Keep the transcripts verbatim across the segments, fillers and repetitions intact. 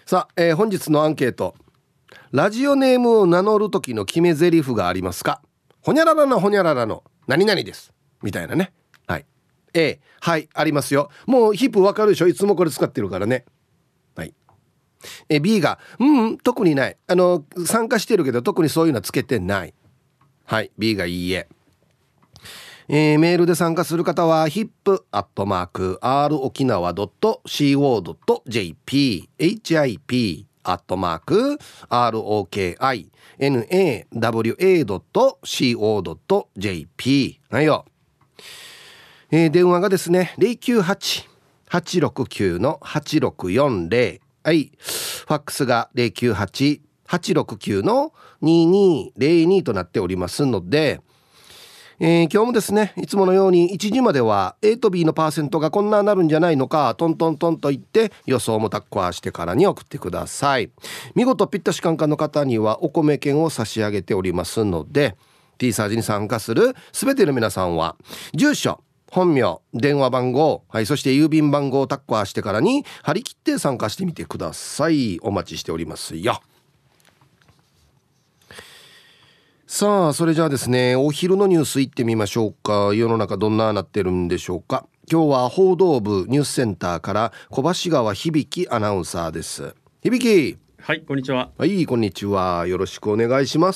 さあ、えー本日のアンケート、ラジオネームを名乗る時の決め台詞がありますか？ほにゃららのほにゃららの何々ですみたいなね。はい。 A、 はいありますよ。もうヒップわかるでしょ、いつもこれ使ってるからね。はい。え B がうん、うん、特にない、あの参加してるけど特にそういうのはつけてない。はい、 B がいいえ。えーメールで参加する方は ヒップ アットマーク アール 沖縄 ドット シーオー ドット ジェーピー ヒップ アットマーク アール オーケーアイエヌエーダブリューエー ドット シーオー ドット ジェーピー はいよ。えー電話がですね ゼロきゅうはち はちろくきゅう のはちろくよんゼロ、はい。ファックスが ゼロきゅうはち はちろくきゅう のににゼロにとなっておりますので、えー今日もですね、いつものようにいちじまでは A と B のパーセントがこんななるんじゃないのかトントントンと言って予想もタッコアしてからに送ってください。見事ピッタシカンカンの方にはお米券を差し上げておりますので、 T サージに参加するすべての皆さんは住所、本名、電話番号、はい、そして郵便番号をタッコアしてからに張り切って参加してみてください。お待ちしておりますよ。さあ、それじゃあですね、お昼のニュースいってみましょうか。世の中どんななってるんでしょうか。今日は報道部ニュースセンターから小橋川響アナウンサーです。響。 はい、こんにちは。 はい、こんにちは。よろしくお願いします。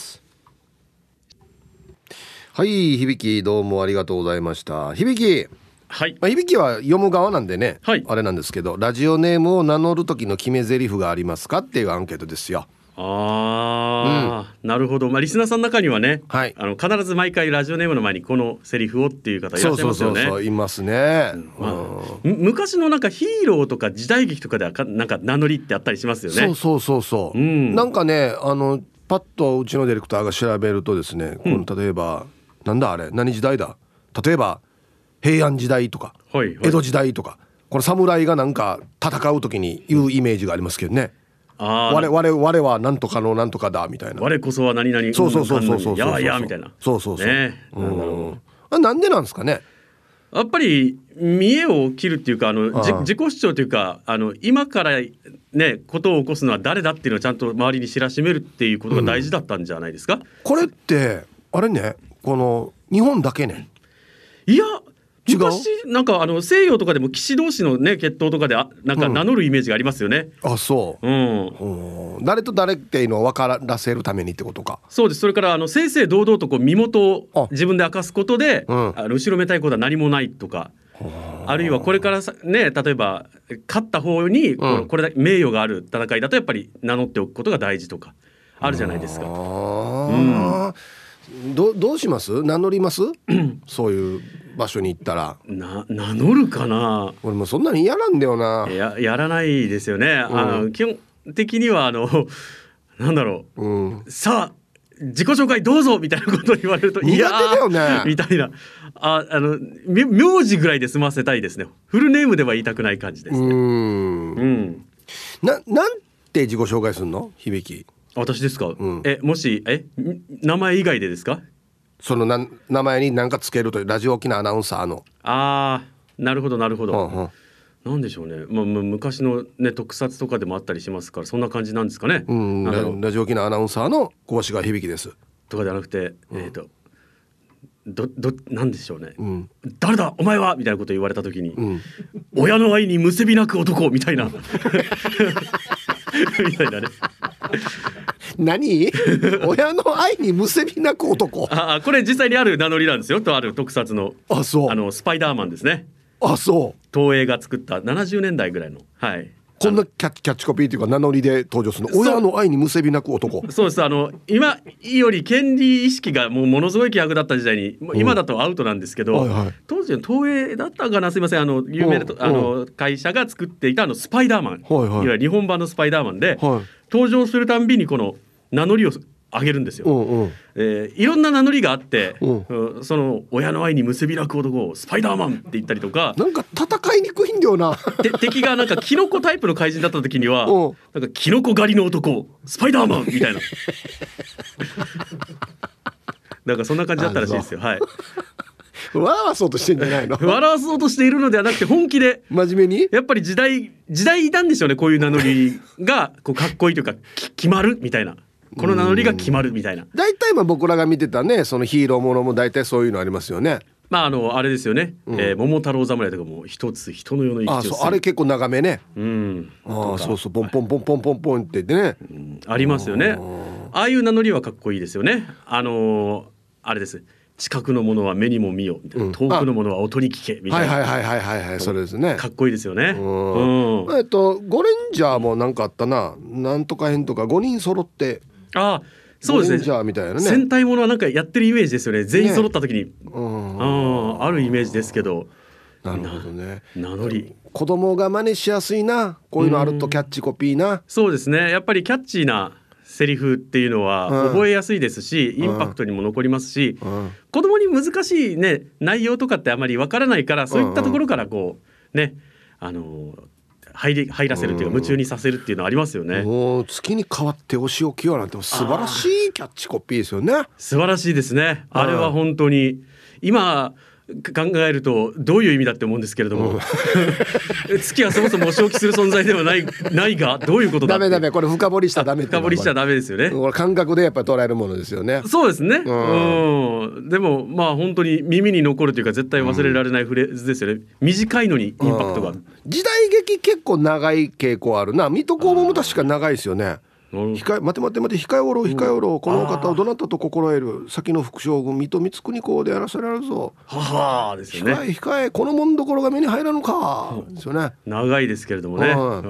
はい、響、どうもありがとうございました。響、 はい、 まあ、響は読む側なんでね、 はい、 あれなんですけど、ラジオネームを名乗る時の決め台詞がありますかっていうアンケートですよ。 あー、うん、なるほど。まあリスナーさんの中にはね、 はい、 あの必ず毎回ラジオネームの前にこのセリフをっていう方いらっしゃいますよね。 そうそうそうそう、いますね。 うんまあうん、昔のなんかヒーローとか時代劇とかではかなんか名乗りってあったりしますよね。 そうそうそうそう、うん、なんかね、あのパッとうちのディレクターが調べるとですね、うん、この例えばなんだあれ何時代だ、例えば平安時代とか、はいはい、江戸時代とか、この侍がなんか戦う時に言うイメージがありますけどね。あ我我我はなんとかのなんとかだみたいな、 我こそは何々、 そうそうそうそうそうそう、 ややみたいな、 そうそうそう、 ね、 うん、あ、なんでなんですかね。 やっぱり見栄を切るっていうか、あのああ自己主張というか、あの今からねことを起こすのは誰だっていうのをちゃんと周りに知らしめるっていうことが大事だったんじゃないですか、うん、 これってあれね、この日本だけね。 いや昔なんかあの西洋とかでも騎士同士のね決闘とかであなんか名乗るイメージがありますよね、 うん、あ、そう、うんうん、誰と誰っていうのを分からせるためにってことか。 そうです。それからあの正々堂々とこう身元を自分で明かすことで、うん、あの後ろめたいことは何もないとか、あるいはこれからね、例えば勝った方にこれ、うん、これだけ名誉がある戦いだとやっぱり名乗っておくことが大事とかあるじゃないですか。 あ、うん、ど, どうします名乗りますそういう場所に行ったらな名乗るかな。 俺もそんなに嫌なんだよな。 や, やらないですよね、うん、あの基本的にはあのなんだろう、うん、さあ自己紹介どうぞみたいなことを言われると苦手だよねみたいな、ああの名字ぐらいで済ませたいですね。フルネームでは言いたくない感じですね。うん、うん、 な, なんて自己紹介するの響。 私ですか、うん、えもしえ名前以外でですか。 そのな名前に何かつけるというラジオ沖縄アナウンサーの。 あー、なるほどなるほど、 うんうん、 なんでしょうね、まあ、昔の、ね、特撮とかでもあったりしますから、そんな感じなんですかね、 うん、ラ, ラジオ沖縄アナウンサーの小橋川響ですとかじゃなくて、うん、えーとどどなんでしょうね、うん、誰だお前はみたいなこと言われた時に、うん、親の愛にむせび泣く男みたいなみたいなね何親の愛にむせび泣く男あ、これ実際にある名乗りなんですよ。とある特撮の、 あ、そう、 あのスパイダーマンですね。 あ、そう、 東映が作ったななじゅうねんだいぐらいの、はい、 こんなキャッチ、キャッチコピーというか名乗りで登場するの。親の愛にむせび泣く男。 そうです。あの今より権利意識がもうものすごい希薄だった時代に、うん、今だとアウトなんですけど、はいはい、当時の東映だったかな、すいません、あの有名な、うん、あの会社が作っていたあのスパイダーマン、はいはい、いわゆる日本版のスパイダーマンで、はい、登場するたんびにこの名乗りを上げるんですよ、うんうん、えー、いろんな名乗りがあって、うん、その親の愛にむせび泣く男をスパイダーマンって言ったりとか、 なんか戦いにくいんだよな敵がなんかキノコタイプの怪人だった時にはなんかキノコ狩りの男スパイダーマンみたいななんかそんな感じだったらしいですよ、はい、 笑わそうとしてんじゃないの笑わそうとしているのではなくて本気で真面目にやっぱり時代時代なんでしょうね。こういう名乗りがこうかっこいいというか決まるみたいな、この名乗りが決まるみたいな。 大体まあ僕らが見てたねそのヒーローものも大体そういうのありますよね。 まああのあれですよね、うんえー、桃太郎侍とかも一つ人の世の一あそうあれ結構長めね、 うん、 あそうそうポンポンポンポンポンポンって言ってね、 うん、ありますよね。ああいう名乗りはかっこいいですよね。あのー、あれです近くのものは目にも見よみたいな、うん、遠くのものは音に聞けみたいな、 はいはいはいはいはいそれですね。 かっこいいですよね。 うんうん、えっとゴレンジャーもなんかあったな、なんとか編とかごにん揃ってあそうですね。 じゃあみたいなね。 戦隊ものはなんかやってるイメージですよね。全員揃った時に、ね、うんあるイメージですけど。 なるほどね。 名乗り。 子供が真似しやすいな。こういうのあるとキャッチコピーな。 そうですね。やっぱりキャッチーなセリフっていうのは覚えやすいですし、うん、インパクトにも残りますし、うん、子供に難しいね内容とかってあまりわからないから、そういったところからこうねあの入り入らせるっていうか夢中にさせるっていうのはありますよね。 もう月に変わってお仕置きよなんて素晴らしいキャッチコピーですよね。 素晴らしいですね。あれは本当に今考えるとどういう意味だって思うんですけれども、うん、月はそもそもお仕置きする存在ではないないがどういうことだって。 ダメダメこれ深掘りしたらダメって深掘りしちゃダメですよね。 これ感覚でやっぱり捉えるものですよね。 そうですね、うんうん、でもまあ本当に耳に残るというか絶対忘れられないフレーズですよね、うん、短いのにインパクトが、うん、 時代劇結構長い傾向あるな。水戸黄門も確か長いですよね。控え待て待て待て控えおろう控えおろう、うん、この方をどなたと心得る先の副将軍水戸光圀公でやらせられるぞははですよね。 控え控えこの門どころが目に入らぬか、うん、ですよね。 長いですけれどもね、うん、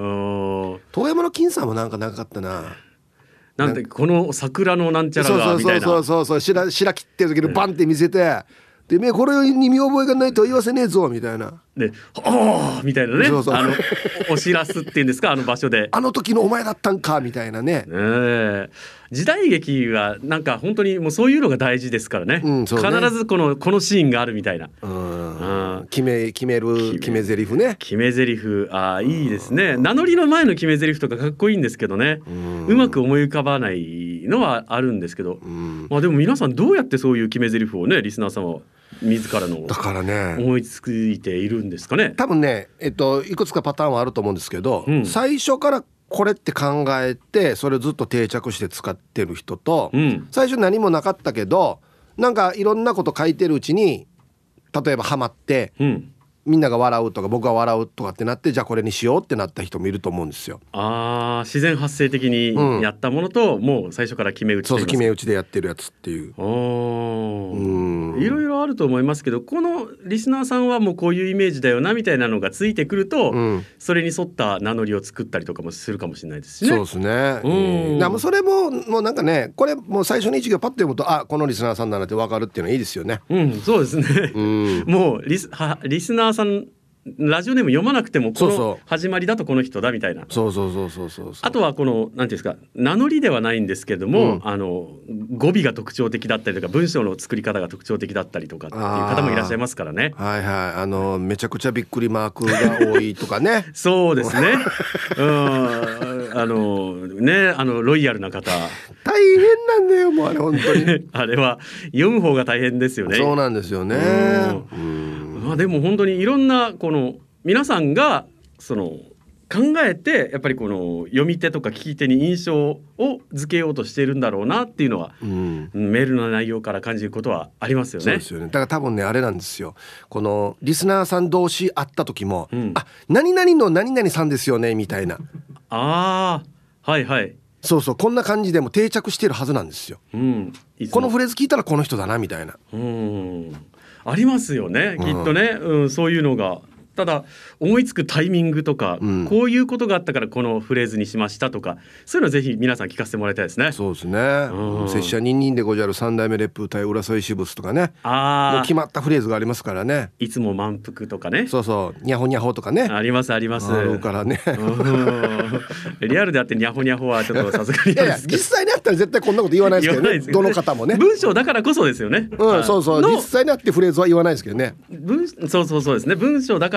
遠山の金さんもなんか長かったな。 なんてこの桜のなんちゃらがみたいな、 そうそうそうそうそう白白切ってる時にバンって見せて、うんでめこれに見覚えがないと言わせねえぞみたいなで、ああみたいなね、そうそうあのお知らすっていうんですか、あの場所であの時のお前だったんかみたいなね。 ね時代劇はなんか本当にもうそういうのが大事ですからね、うんそうね、必ずこのこのシーンがあるみたいな、 うんうん、決め決める決め台詞ね。 決め台詞ああいいですね。名乗りの前の決め台詞とかかっこいいんですけどね、うんうまく思い浮かばないのはあるんですけど、うんまあ、でも皆さんどうやってそういう決め台詞をねリスナーさんは自らのだからね思いついているんですかね。 多分ね、えっと、いくつかパターンはあると思うんですけど、うん、最初からこれって考えてそれをずっと定着して使ってる人と、うん、最初何もなかったけどなんかいろんなこと書いてるうちに例えばハマって、うん、みんなが笑うとか僕が笑うとかってなってじゃあこれにしようってなった人もいると思うんですよ。 あ自然発生的にやったものと、うん、もう最初から決め打ちと言いますか、 そうそう決め打ちでやってるやつっていうお、うん、いろいろあると思いますけどこのリスナーさんはもうこういうイメージだよなみたいなのがついてくると、うん、それに沿った名乗りを作ったりとかもするかもしれないですしね。 そうですね、うん、だもうそれももうなんかねこれもう最初に一行パッと読むとあこのリスナーさんだなって分かるっていうのはいいですよね。 うん、そうですね、うん、もうリスはリスナーさんラジオネーム読まなくてもこの始まりだとこの人だみたいな。 そうそうそうそうそうそう。 あとはこのなんていうんですか名乗りではないんですけれども、うん、あの語尾が特徴的だったりとか文章の作り方が特徴的だったりとかっていう方もいらっしゃいますからね。 はいはいあのめちゃくちゃびっくりマークが多いとかねそうですねうんあのねあのロイヤルな方大変なんだよもうあれ本当にあれは読む方が大変ですよね。 そうなんですよね。うんうんまあ、でも本当にいろんなこの皆さんがその考えてやっぱりこの読み手とか聞き手に印象を付けようとしているんだろうなっていうのは、うん、メールの内容から感じることはありますよね。 そうですよね。だから多分ねあれなんですよこのリスナーさん同士会った時も、うん、あ何々の何々さんですよねみたいなあはいはいそうそうこんな感じでも定着してるはずなんですよ、うん、いこのフレーズ聞いたらこの人だなみたいなうんありますよねきっとね、うん、そういうのがただ思いつくタイミングとか、うん、こういうことがあったからこのフレーズにしましたとかそういうのぜひ皆さん聞かせてもらいたいですね。 そうですね、うん、拙者ニンニンでごじゃる三代目烈風隊浦添支部とかねあもう決まったフレーズがありますからね。 いつも満腹とかねそうそうニャホニャホとかねありますありますあるからねリアルであってニャホニャホはちょっとさすがにいやいや実際にあったら絶対こんなこと言わないですけど ね, どの方もね文章だからこそですよね、 うん、そうそう実際にあってフレーズは言わないですけどね文そうそうそうですね文章だから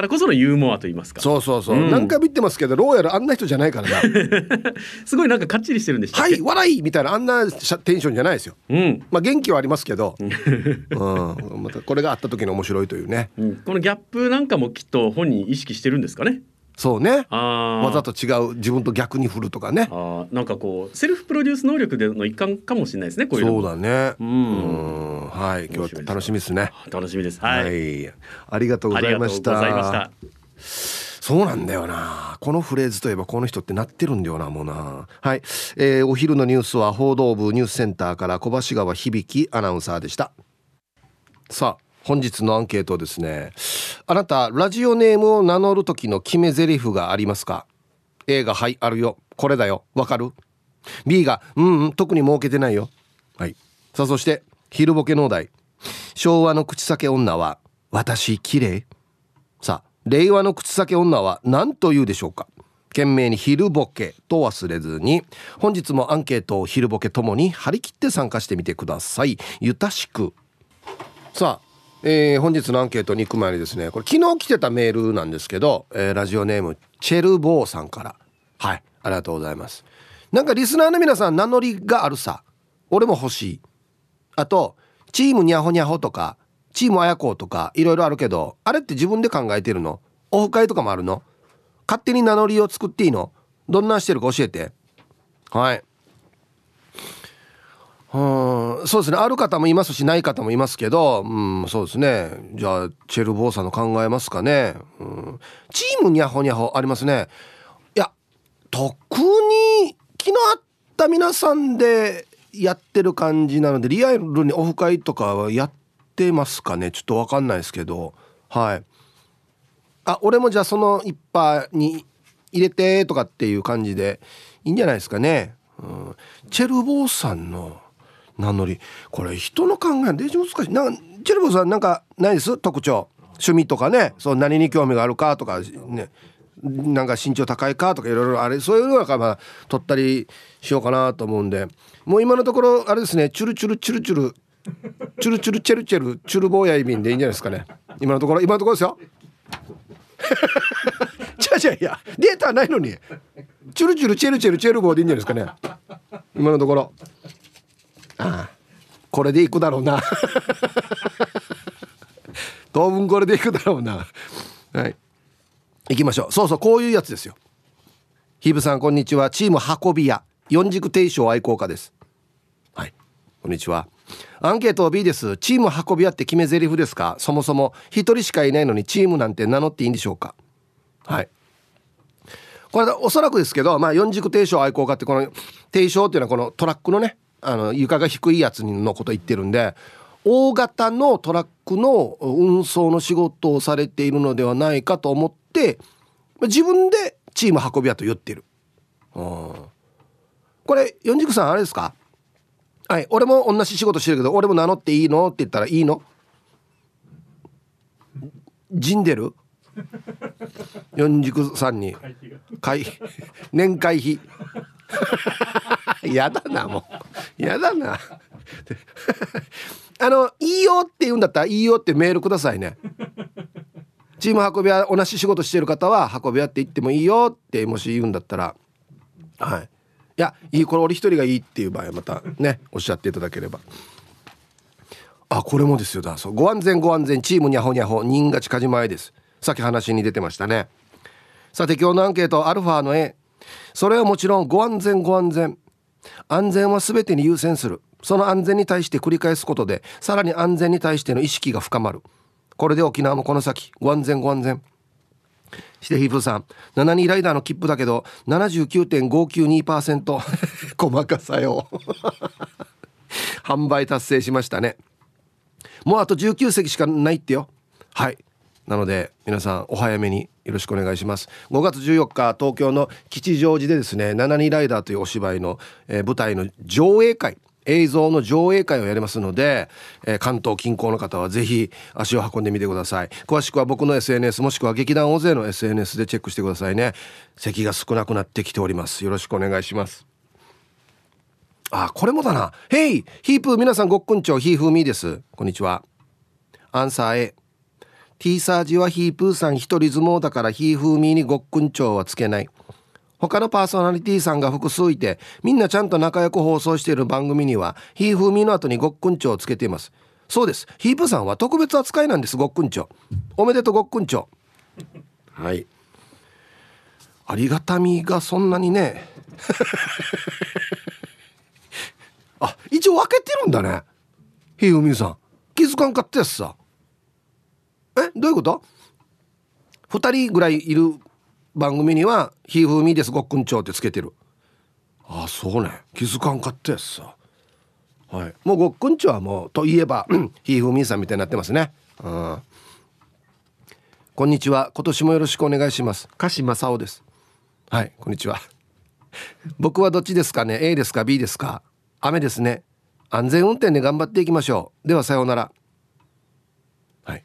からこそのユーモアと言いますか。 そうそうそう、うん、何回見てますけどどうやらあんな人じゃないからなすごいなんかかっちりしてるんでしたっけ。 はい笑いみたいなあんなテンションじゃないですよ、うん、まあ元気はありますけど、うん、またこれがあった時に面白いというね、 うん、このギャップなんかもきっと本人意識してるんですかね。 そうね、あわざと違う自分と逆に振るとかね。 あなんかこうセルフプロデュース能力での一環かもしれないですね、こういうの。 そうだね、うん、うん、はい今日楽しみですね。 楽しみです、はい、はい、 ありがとうございました。 ありがとうございました。そうなんだよな、このフレーズといえばこの人ってなってるんだよなもうな。はい、えー、お昼のニュースは報道部ニュースセンターから小橋川響アナウンサーでした。さあ本日のアンケートですね。あなたラジオネームを名乗る時の決め台詞がありますか？ A がはいあるよ、これだよ、わかる？ B がうんうん特に設けてないよ。はい。さあそして昼ボケのお題、昭和の口裂け女は私綺麗。さあ令和の口裂け女は何と言うでしょうか？懸命に昼ボケと忘れずに本日もアンケートを昼ボケともに張り切って参加してみてください。ゆたしく。さあえー、本日のアンケートに行く前にですね、これ昨日来てたメールなんですけど、えー、ラジオネームチェルボーさんから、はいありがとうございます。なんかリスナーの皆さん名乗りがあるさ、俺も欲しい。あとチームニャホニャホとかチームあやこうとかいろいろあるけど、あれって自分で考えてるの？オフ会とかもあるの？勝手に名乗りを作っていいの？どんなしてるか教えて。はい。うん、そうですね、ある方もいますしない方もいますけど、うん、そうですね。じゃあチェルボーさんの考えますかね、うん、チームニャホニャホありますね。いや特に昨日あった皆さんでやってる感じなので、リアルにオフ会とかはやってますかね、ちょっと分かんないですけど、はい。あ俺もじゃあその一派に入れてとかっていう感じでいいんじゃないですかね、うん、チェルボーさんの名乗り、これ人の考えで難しい。なんかチェルボさんなんかないです？特徴、趣味とかね、そう何に興味があるかとかね、なんか身長高いかとかいろいろあれ、そういうのがまあ取ったりしようかなと思うんで、もう今のところあれですね、チュルチュルチュルチュルチュルチュルチェルチェルチュルボーヤイビンでいいんじゃないですかね、今のところ。今のところですよ違う違う、いやデータないのにチュルチュルチェルチェルチェルボーでいいんじゃないですかね、今のところ。ああこれでいくだろうな当分これでいくだろうな。はい、行きましょう。そうそう、こういうやつですよ。ヒブさんこんにちは、チーム運び屋四軸定称愛好家です。はい、こんにちは。アンケート B です。チーム運び屋って決め台詞ですか？そもそも一人しかいないのにチームなんて名乗っていいんでしょうか？はい、これおそらくですけど、まあ四軸定称愛好家ってこの定称っていうのはこのトラックのね、あの床が低いやつのこと言ってるんで、大型のトラックの運送の仕事をされているのではないかと思って自分でチーム運び屋と言ってる。うん、これ四軸さんあれですか？はい、俺も同じ仕事してるけど俺も名乗っていいのって言ったらいいの？じんでる四軸さんに会年会費やだな、もうやだなあのいいよって言うんだったらいいよってメールくださいね。チーム運び屋同じ仕事してる方は運び屋って言ってもいいよってもし言うんだったら、はい、いやいい、これ俺一人がいいっていう場合はまたねおっしゃっていただければ。あこれもですよ、だそう、ご安全ご安全チームニャホニャホ新勝かじまえです。さっき話に出てましたね。さて今日のアンケートアルファの A、 それはもちろんご安全ご安全、安全は全てに優先する。その安全に対して繰り返すことでさらに安全に対しての意識が深まる。これで沖縄もこの先ご安全ご安全。してヒープーさん、ななじゅうにライダーの切符だけど ななじゅうきゅうてんごきゅうにパーセント 細かさよ販売達成しましたね。もうあとじゅうきゅう席しかないってよ。はい、なので皆さんお早めによろしくお願いします。ごがつじゅうよっか東京の吉祥寺でですね、ななじゅうにライダーというお芝居の、えー、舞台の上映会、映像の上映会をやりますので、えー、関東近郊の方はぜひ足を運んでみてください。詳しくは僕の エスエヌエス もしくは劇団大勢の エスエヌエス でチェックしてくださいね。席が少なくなってきております。よろしくお願いします。あ、これもだな。ヘイヒープー、皆さんごっくんちょ、ヒーフーミーです。こんにちは。アンサー A、 T サージはヒープーさん一人相撲だからヒーフーミーにごっくんちょうはつけない。他のパーソナリティさんが複数いてみんなちゃんと仲良く放送している番組にはヒーフーミーの後にごっくんちょうをつけています。そうです、ヒープーさんは特別扱いなんです。ごっくんちょうおめでとうごっくんちょう。はい、ありがたみがそんなにねあ、一応分けてるんだね。ヒーフーミーさん気づかんかったやつさ。え、どういうこと？ふたりぐらいいる番組にはひーふーみーですごっくんちょうってつけてる。ああ、そうね、気づかんかったやつさ。はい、もうごっくんちょうはもうといえばひーふーみーさんみたいになってますね。うん、こんにちは、今年もよろしくお願いします。鹿島正夫です。はい、こんにちは僕はどっちですかね。 A ですか B ですか。雨ですね。安全運転で頑張っていきましょう。ではさようなら。はい、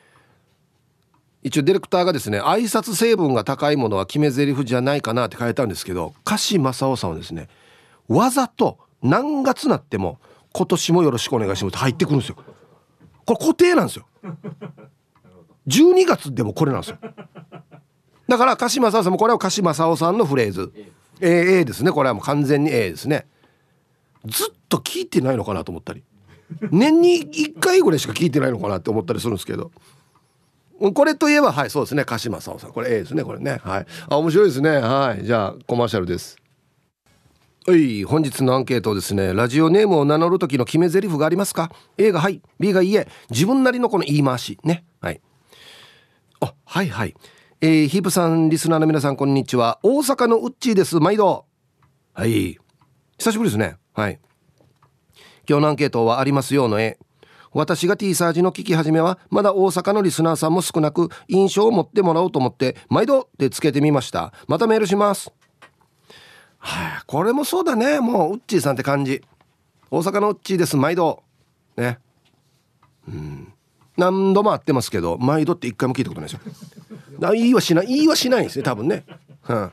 一応ディレクターがですね、挨拶成分が高いものは決め台詞じゃないかなって書いたんですけど、鹿島正夫さんはですね、わざと何月なっても今年もよろしくお願いしますって入ってくるんですよ。これ固定なんですよ。じゅうにがつでもこれなんですよ。だから鹿島正夫さんもこれは鹿島正夫さんのフレーズ A, A ですね。これはもう完全に A ですね。ずっと聞いてないのかなと思ったり、年にいっかいぐらいしか聞いてないのかなって思ったりするんですけど、これといえばはいそうですね、鹿島正夫さん、これ A ですね、これね。はい、あ、面白いですね。はい、じゃあコマーシャルです。はい、本日のアンケートですね。ラジオネームを名乗る時の決め台詞がありますか？ A がはい、 B がいいえ。自分なりのこの言い回しね。はい、あ、はいはい、えー、ヒープさんリスナーの皆さんこんにちは。大阪のウッチーです。毎度。はい、久しぶりですね。はい、今日のアンケートはありますよの A。 私が T サージの聞き始めはまだ大阪のリスナーさんも少なく印象を持ってもらおうと思って毎度ってつけてみました。またメールします。はい、これもそうだね。もうウッチーさんって感じ。大阪のウッチーです毎度ね。うん、何度も会ってますけど毎度って一回も聞いたことないですよ。言いはしない言いはしないんですね多分ね。うん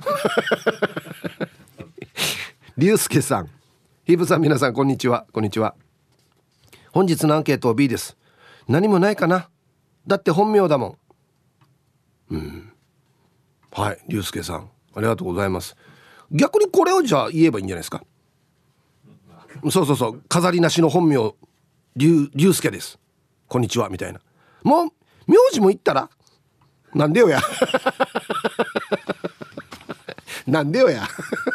龍介さん、ヒープさん、皆さんこんにちは。こんにちは。本日のアンケート B です。何もないかな、だって本名だもん。うん、はい、龍介さんありがとうございます。逆にこれをじゃあ言えばいいんじゃないですか。そうそうそう、飾りなしの本名龍介です、こんにちはみたいな。もう名字も言ったらなんでよやなんでよや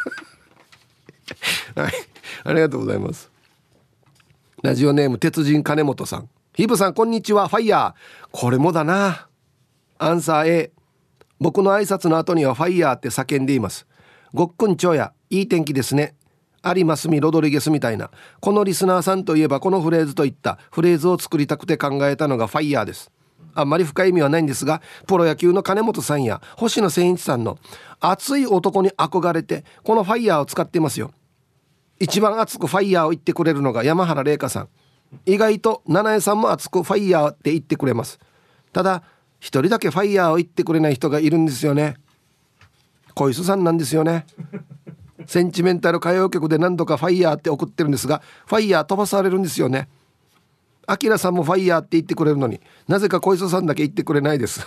はい、ありがとうございます。ラジオネーム鉄人金本さん、ヒブさんこんにちは。ファイヤー、これもだな。アンサー A。 僕の挨拶の後にはファイヤーって叫んでいます。ごっくんちょうやいい天気ですね、有馬澄ロドリゲスみたいな。このリスナーさんといえばこのフレーズといったフレーズを作りたくて考えたのがファイヤーです。あんまり深い意味はないんですが、プロ野球の金本さんや星野千一さんの熱い男に憧れてこのファイヤーを使っていますよ。一番熱くファイヤーを言ってくれるのが山原玲香さん。意外と七重さんも熱くファイヤーって言ってくれます。ただ一人だけファイヤーを言ってくれない人がいるんですよね。小磯さんなんですよね。センチメンタル歌謡曲で何度かファイヤーって送ってるんですが、ファイヤー飛ばされるんですよね。アキラさんもファイヤーって言ってくれるのになぜか小磯さんだけ言ってくれないです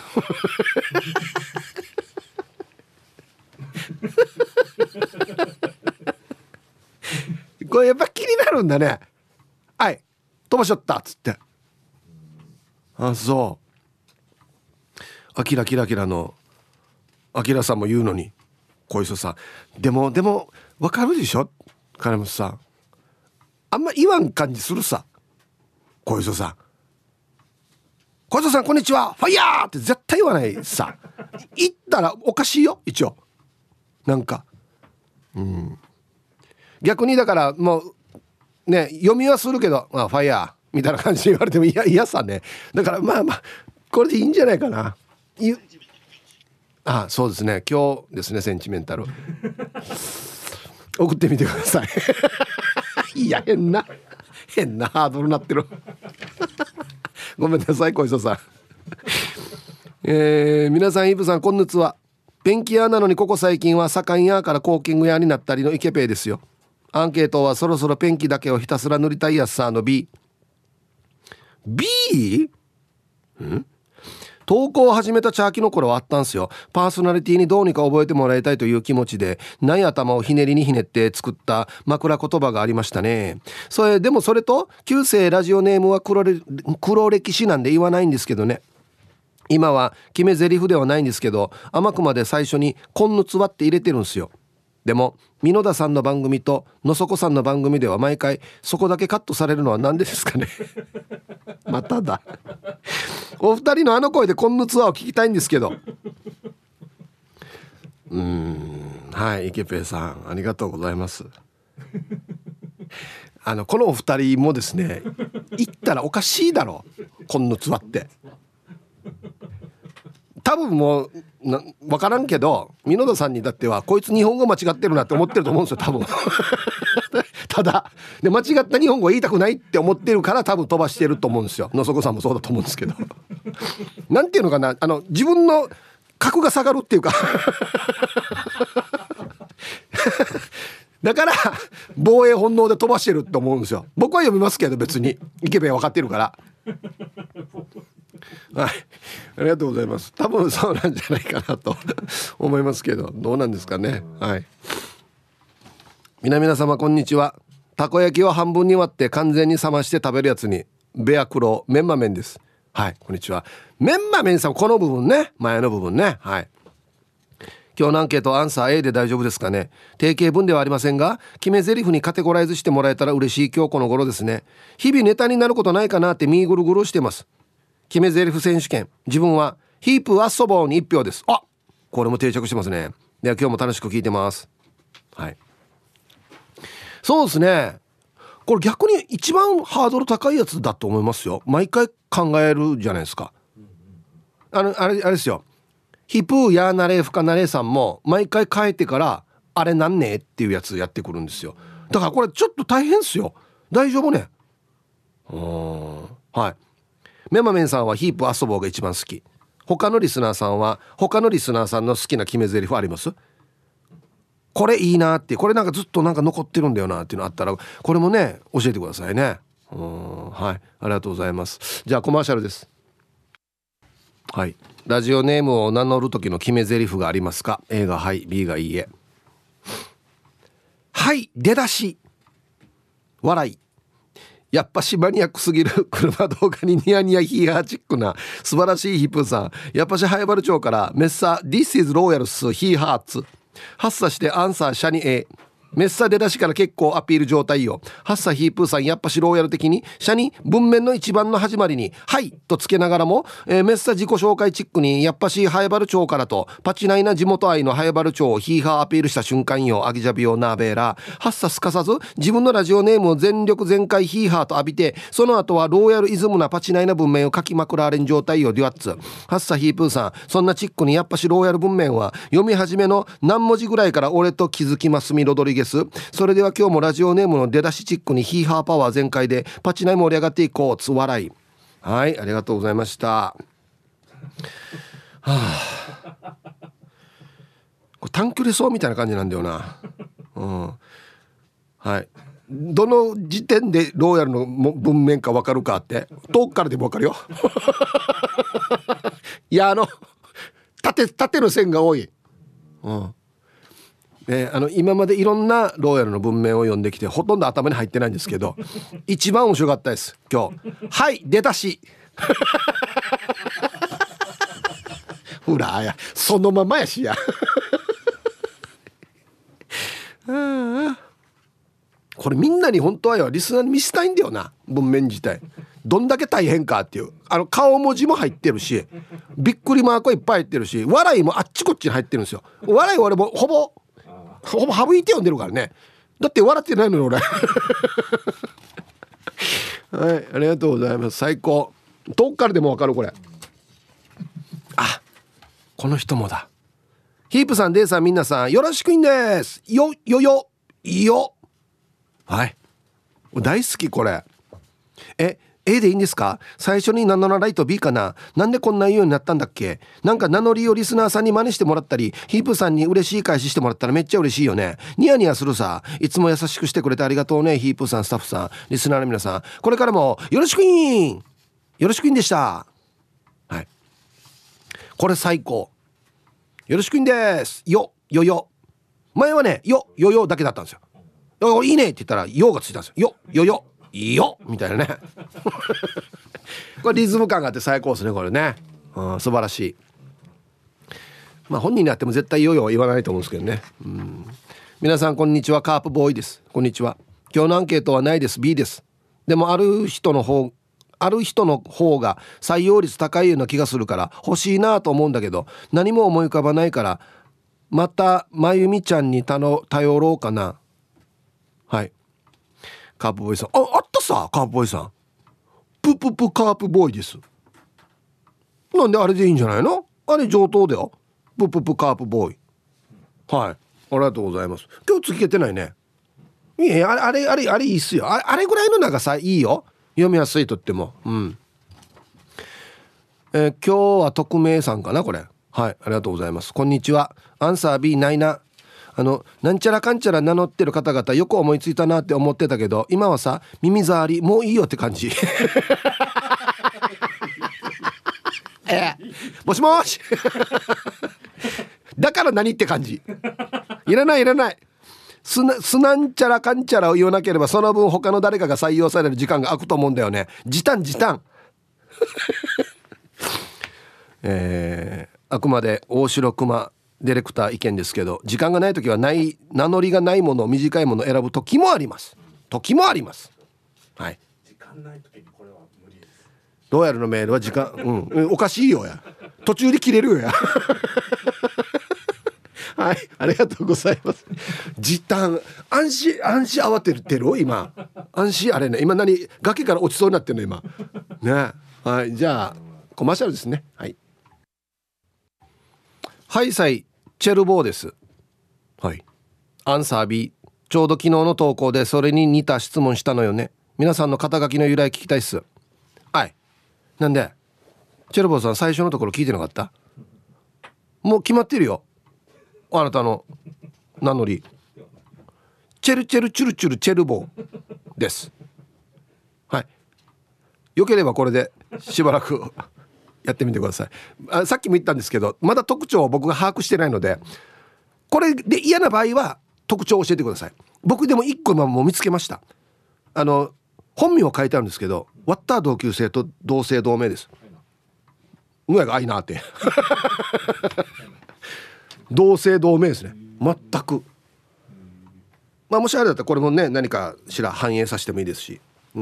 これやっぱ気になるんだね。はい、飛ばしちゃったっつって。あ、そうアキラキラキラのアキラさんも言うのに小磯さんでもでも分かるでしょ、金本さんあんま言わん感じするさ。小磯さん小磯さんこんにちはファイヤーって絶対言わないさ。言ったらおかしいよ一応なんか。うん、逆にだからもうね読みはするけど、まあ、ファイヤーみたいな感じで言われてもいや嫌さね。だからまあまあこれでいいんじゃないかな。あ、そうですね、今日ですね、センチメンタル送ってみてくださいいや変な変なハードルになってるごめんなさい小磯さんえー、皆さんイブさんこんにちは。ペンキ屋なのにここ最近は左官屋からコーキング屋になったりのイケペイですよ。アンケートはそろそろペンキだけをひたすら塗りたいやつさの B。 B？ ん投稿を始めたチャーキの頃はあったんすよ。パーソナリティにどうにか覚えてもらいたいという気持ちでない頭をひねりにひねって作った枕言葉がありましたね。それでもそれと旧姓ラジオネームは 黒, れ黒歴史なんで言わないんですけどね。今は決め台詞ではないんですけど、甘くまで最初にこんぬつわって入れてるんですよ。でも箕田さんの番組とのそこさんの番組では毎回そこだけカットされるのはなんでですかねまただお二人のあの声でこんぬツアーを聞きたいんですけど。うーん、はい、池ペイさんありがとうございます。あのこのお二人もですね、言ったらおかしいだろこんぬツアーって。多分もうな分からんけど箕田さんにだってはこいつ日本語間違ってるなって思ってると思うんですよ多分ただで間違った日本語言いたくないって思ってるから多分飛ばしてると思うんですよ。のそこさんもそうだと思うんですけどなんていうのかな、あの自分の格が下がるっていうかだから防衛本能で飛ばしてると思うんですよ。僕は読みますけど別にイケベン分かってるからはい、ありがとうございます。多分そうなんじゃないかなと思いますけど、どうなんですかね。はい。皆々様こんにちは。たこ焼きを半分に割って完全に冷まして食べるやつにベアクロメンマ麺です。はい、こんにちは。メンマ麺さん、この部分ね、前の部分ね。はい。今日のアンケートアンサー A で大丈夫ですかね。定型文ではありませんが決め台詞にカテゴライズしてもらえたら嬉しい今日この頃ですね。日々ネタになることないかなってミーグルグルしてます。決め台詞選手権、自分はヒープアッソボーにいち票です。あ、これも定着してますね。では今日も楽しく聞いてます。はい、そうですね、これ逆に一番ハードル高いやつだと思いますよ。毎回考えるじゃないですか。あのあれあれですよ、ヒプーヤーナレーフカナレーさんも毎回変えてからあれなんねっていうやつやってくるんですよ。だからこれちょっと大変ですよ。大丈夫ね。うーん、はい。メマメンさんはヒープ遊ぼうが一番好き。他のリスナーさんは他のリスナーさんの好きな決め台詞あります？これいいなって、これなんかずっとなんか残ってるんだよなっていうのあったらこれもね教えてくださいね。うーん、はい、ありがとうございます。じゃあコマーシャルです。はい、ラジオネームを名乗る時の決め台詞がありますか？ A がはい、 B がいいえ。はい、出だし笑い。やっぱしマニアックすぎる車動画にニヤニヤヒーハーチックな素晴らしいヒップさん。やっぱしハイバル町からメッサ This is Royals ヒーハーツ発作してアンサーシャニ A。 メッサ出だしから結構アピール状態よ。ハッサヒープーさんやっぱしローヤル的にシャニ文面の一番の始まりにはいとつけながらも、えー、メッサ自己紹介チックにやっぱしハイバル町からとパチナイな地元愛のハイバル町をヒーハーアピールした瞬間よ。アギジャビオナーベーラハッサすかさず自分のラジオネームを全力全開ヒーハーと浴びて、その後はローヤルイズムなパチナイな文面を書きまくられん状態よ。デュアッツハッサヒープーさん、そんなチックにやっぱしローヤル文面は読み始めの何文字ぐらいから俺と気づきますみロドリゲス。それでは今日もラジオネームの出だしチックにヒーハーパワー全開でパチナイ盛り上がっていこうつ笑い。はい、ありがとうございました。はあ、これ短距離走みたいな感じなんだよな。うん、はい。どの時点でローヤルの文面か分かるかって遠くからでも分かるよ。いや、あの縦縦の線が多い。うんね、あの今までいろんなローヤルの文面を読んできてほとんど頭に入ってないんですけど一番面白かったです今日。はい出だしほらやそのままやしやあこれみんなに本当はよリスナーに見せたいんだよな。文面自体どんだけ大変かっていう、あの顔文字も入ってるしびっくりマークいっぱい入ってるし笑いもあっちこっちに入ってるんですよ。笑いは俺もほぼほぼ省いて読んでるからね。だって笑ってないのに俺はい、ありがとうございます。最高。遠くからでもわかるこれ。あ、この人もだ。ヒープさん、デイさん、みんなさんよろしくいんです。よよよよ。はい、大好きこれ。えA でいいんですか？最初に名乗らないと B かな。なんでこんな言うようになったんだっけ？なんか名乗りをリスナーさんに真似してもらったりヒープさんに嬉しい返ししてもらったらめっちゃ嬉しいよね。ニヤニヤするさ。いつも優しくしてくれてありがとうね。ヒープさん、スタッフさん、リスナーの皆さん、これからもよろしくいんよろしくいんでした。はい、 これ最高。よろしくんですよよよ。前はねよよよだけだったんですよ。いいねって言ったらよがついたんですよ。よよよよみたいなねこれリズム感があって最高ですねこれね、うん、素晴らしい。まあ本人になっても絶対よよは言わないと思うんですけどね。うん、皆さんこんにちは、カープボーイです。こんにちは。今日のアンケートはないです。 B です。でもある人の方ある人の方が採用率高いような気がするから欲しいなと思うんだけど何も思い浮かばないからまたまゆみちゃんに頼ろうかな。はい、カープボーイさん、あ、あったさ、カープボーイさん、プププカープボーイです。なんであれでいいんじゃないの？あれ上等だよ、プププカープボーイ。はい、ありがとうございます。今日つけてないね。いや、あれあれあれあれいいっすよ。あれ、あれぐらいの長さいいよ、読みやすいとっても。うん、えー、今日は匿名さんかなこれ。はい、ありがとうございます。こんにちは、アンサー B ないな。あのなんちゃらかんちゃら名乗ってる方々よく思いついたなって思ってたけど今はさ耳障りもういいよって感じえー、もしもしだから何って感じ。いらないいらない。すな、すなんちゃらかんちゃらを言わなければその分他の誰かが採用される時間が空くと思うんだよね。時短時短えー、あくまで大城熊ディレクター意見ですけど時間がない時はない名乗りがないもの短いものを選ぶ時もあります時もあります。はい、時間ない時にこれは無理です。どうやるのメールは時間、うん、おかしいよや途中で切れるよやはい、ありがとうございます。時短安心安心慌ててる今安心あれね今何崖から落ちそうになってるの今ね。はい、じゃあコマーシャルですね。はいはい、さいチェルボーです。はい、アンサー B。 ちょうど昨日の投稿でそれに似た質問したのよね。皆さんの肩書きの由来聞きたいっす。はい、なんでチェルボーさん最初のところ聞いてなかった？もう決まってるよあなたの名乗り。チェルチェルチュルチュルチェルボーです。はい、よければこれでしばらくやってみてください。あ、さっきも言ったんですけどまだ特徴を僕が把握してないのでこれで嫌な場合は特徴を教えてください。僕でもいっこ今もう見つけました。あの本名は書いてあるんですけどワッター同級生と同姓同名です。うわがあいなって同姓同名ですね全く。まあもしあれだったらこれもね何かしら反映させてもいいですし。うん、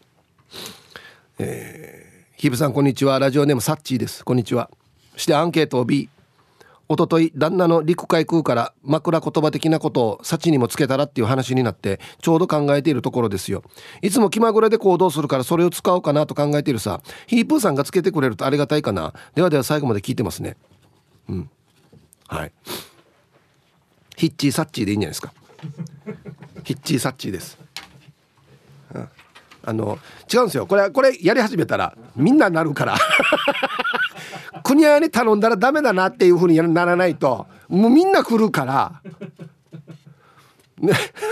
えーヒブさんこんにちは。ラジオネームサッチーです。こんにちは。してアンケートを B。 おととい旦那の陸海空から枕言葉的なことをサチにもつけたらっていう話になってちょうど考えているところですよ。いつも気まぐれで行動するからそれを使おうかなと考えているさ。ヒープーさんがつけてくれるとありがたいかな。ではでは最後まで聞いてますね。うん、はい、ヒッチーサッチーでいいんじゃないですか。ヒッチーサッチーです。うん、あの違うんですよこれこれやり始めたらみんななるから国屋に頼んだらダメだなっていう風にならないともうみんな来るからね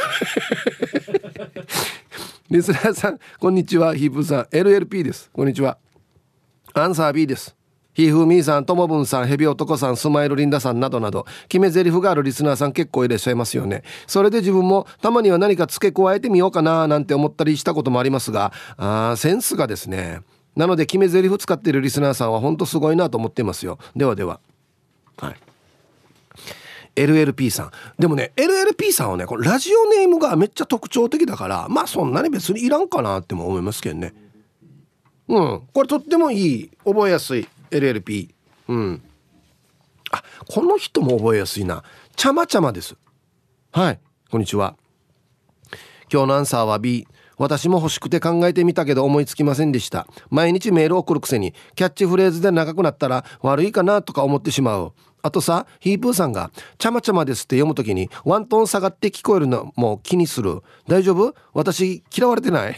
リスナーさんこんにちは。ヒープーさん エルエルピー です。こんにちは。アンサー B です。ひふみーさん、ともぶんさん、ヘビ男さん、スマイルリンダさんなどなど決め台詞があるリスナーさん結構いらっしゃいますよね。それで自分もたまには何か付け加えてみようかななんて思ったりしたこともありますが、あーセンスがですね。なので決め台詞使っているリスナーさんは本当すごいなと思っていますよ。ではでは、はい、エルエルピー さんでもね エルエルピー さんはねこれラジオネームがめっちゃ特徴的だからまあそんなに別にいらんかなっても思いますけどね。うん、これとってもいい覚えやすい エルエルピー。 うん、あ、この人も覚えやすいな。ちゃまちゃまです。はい、こんにちは。今日のアンサーは B。 私も欲しくて考えてみたけど思いつきませんでした。毎日メール送るくせにキャッチフレーズで長くなったら悪いかなとか思ってしまう。あとさ、ヒープーさんがちゃまちゃまですって読むときにワントーン下がって聞こえるのも気にする。大丈夫？私嫌われてない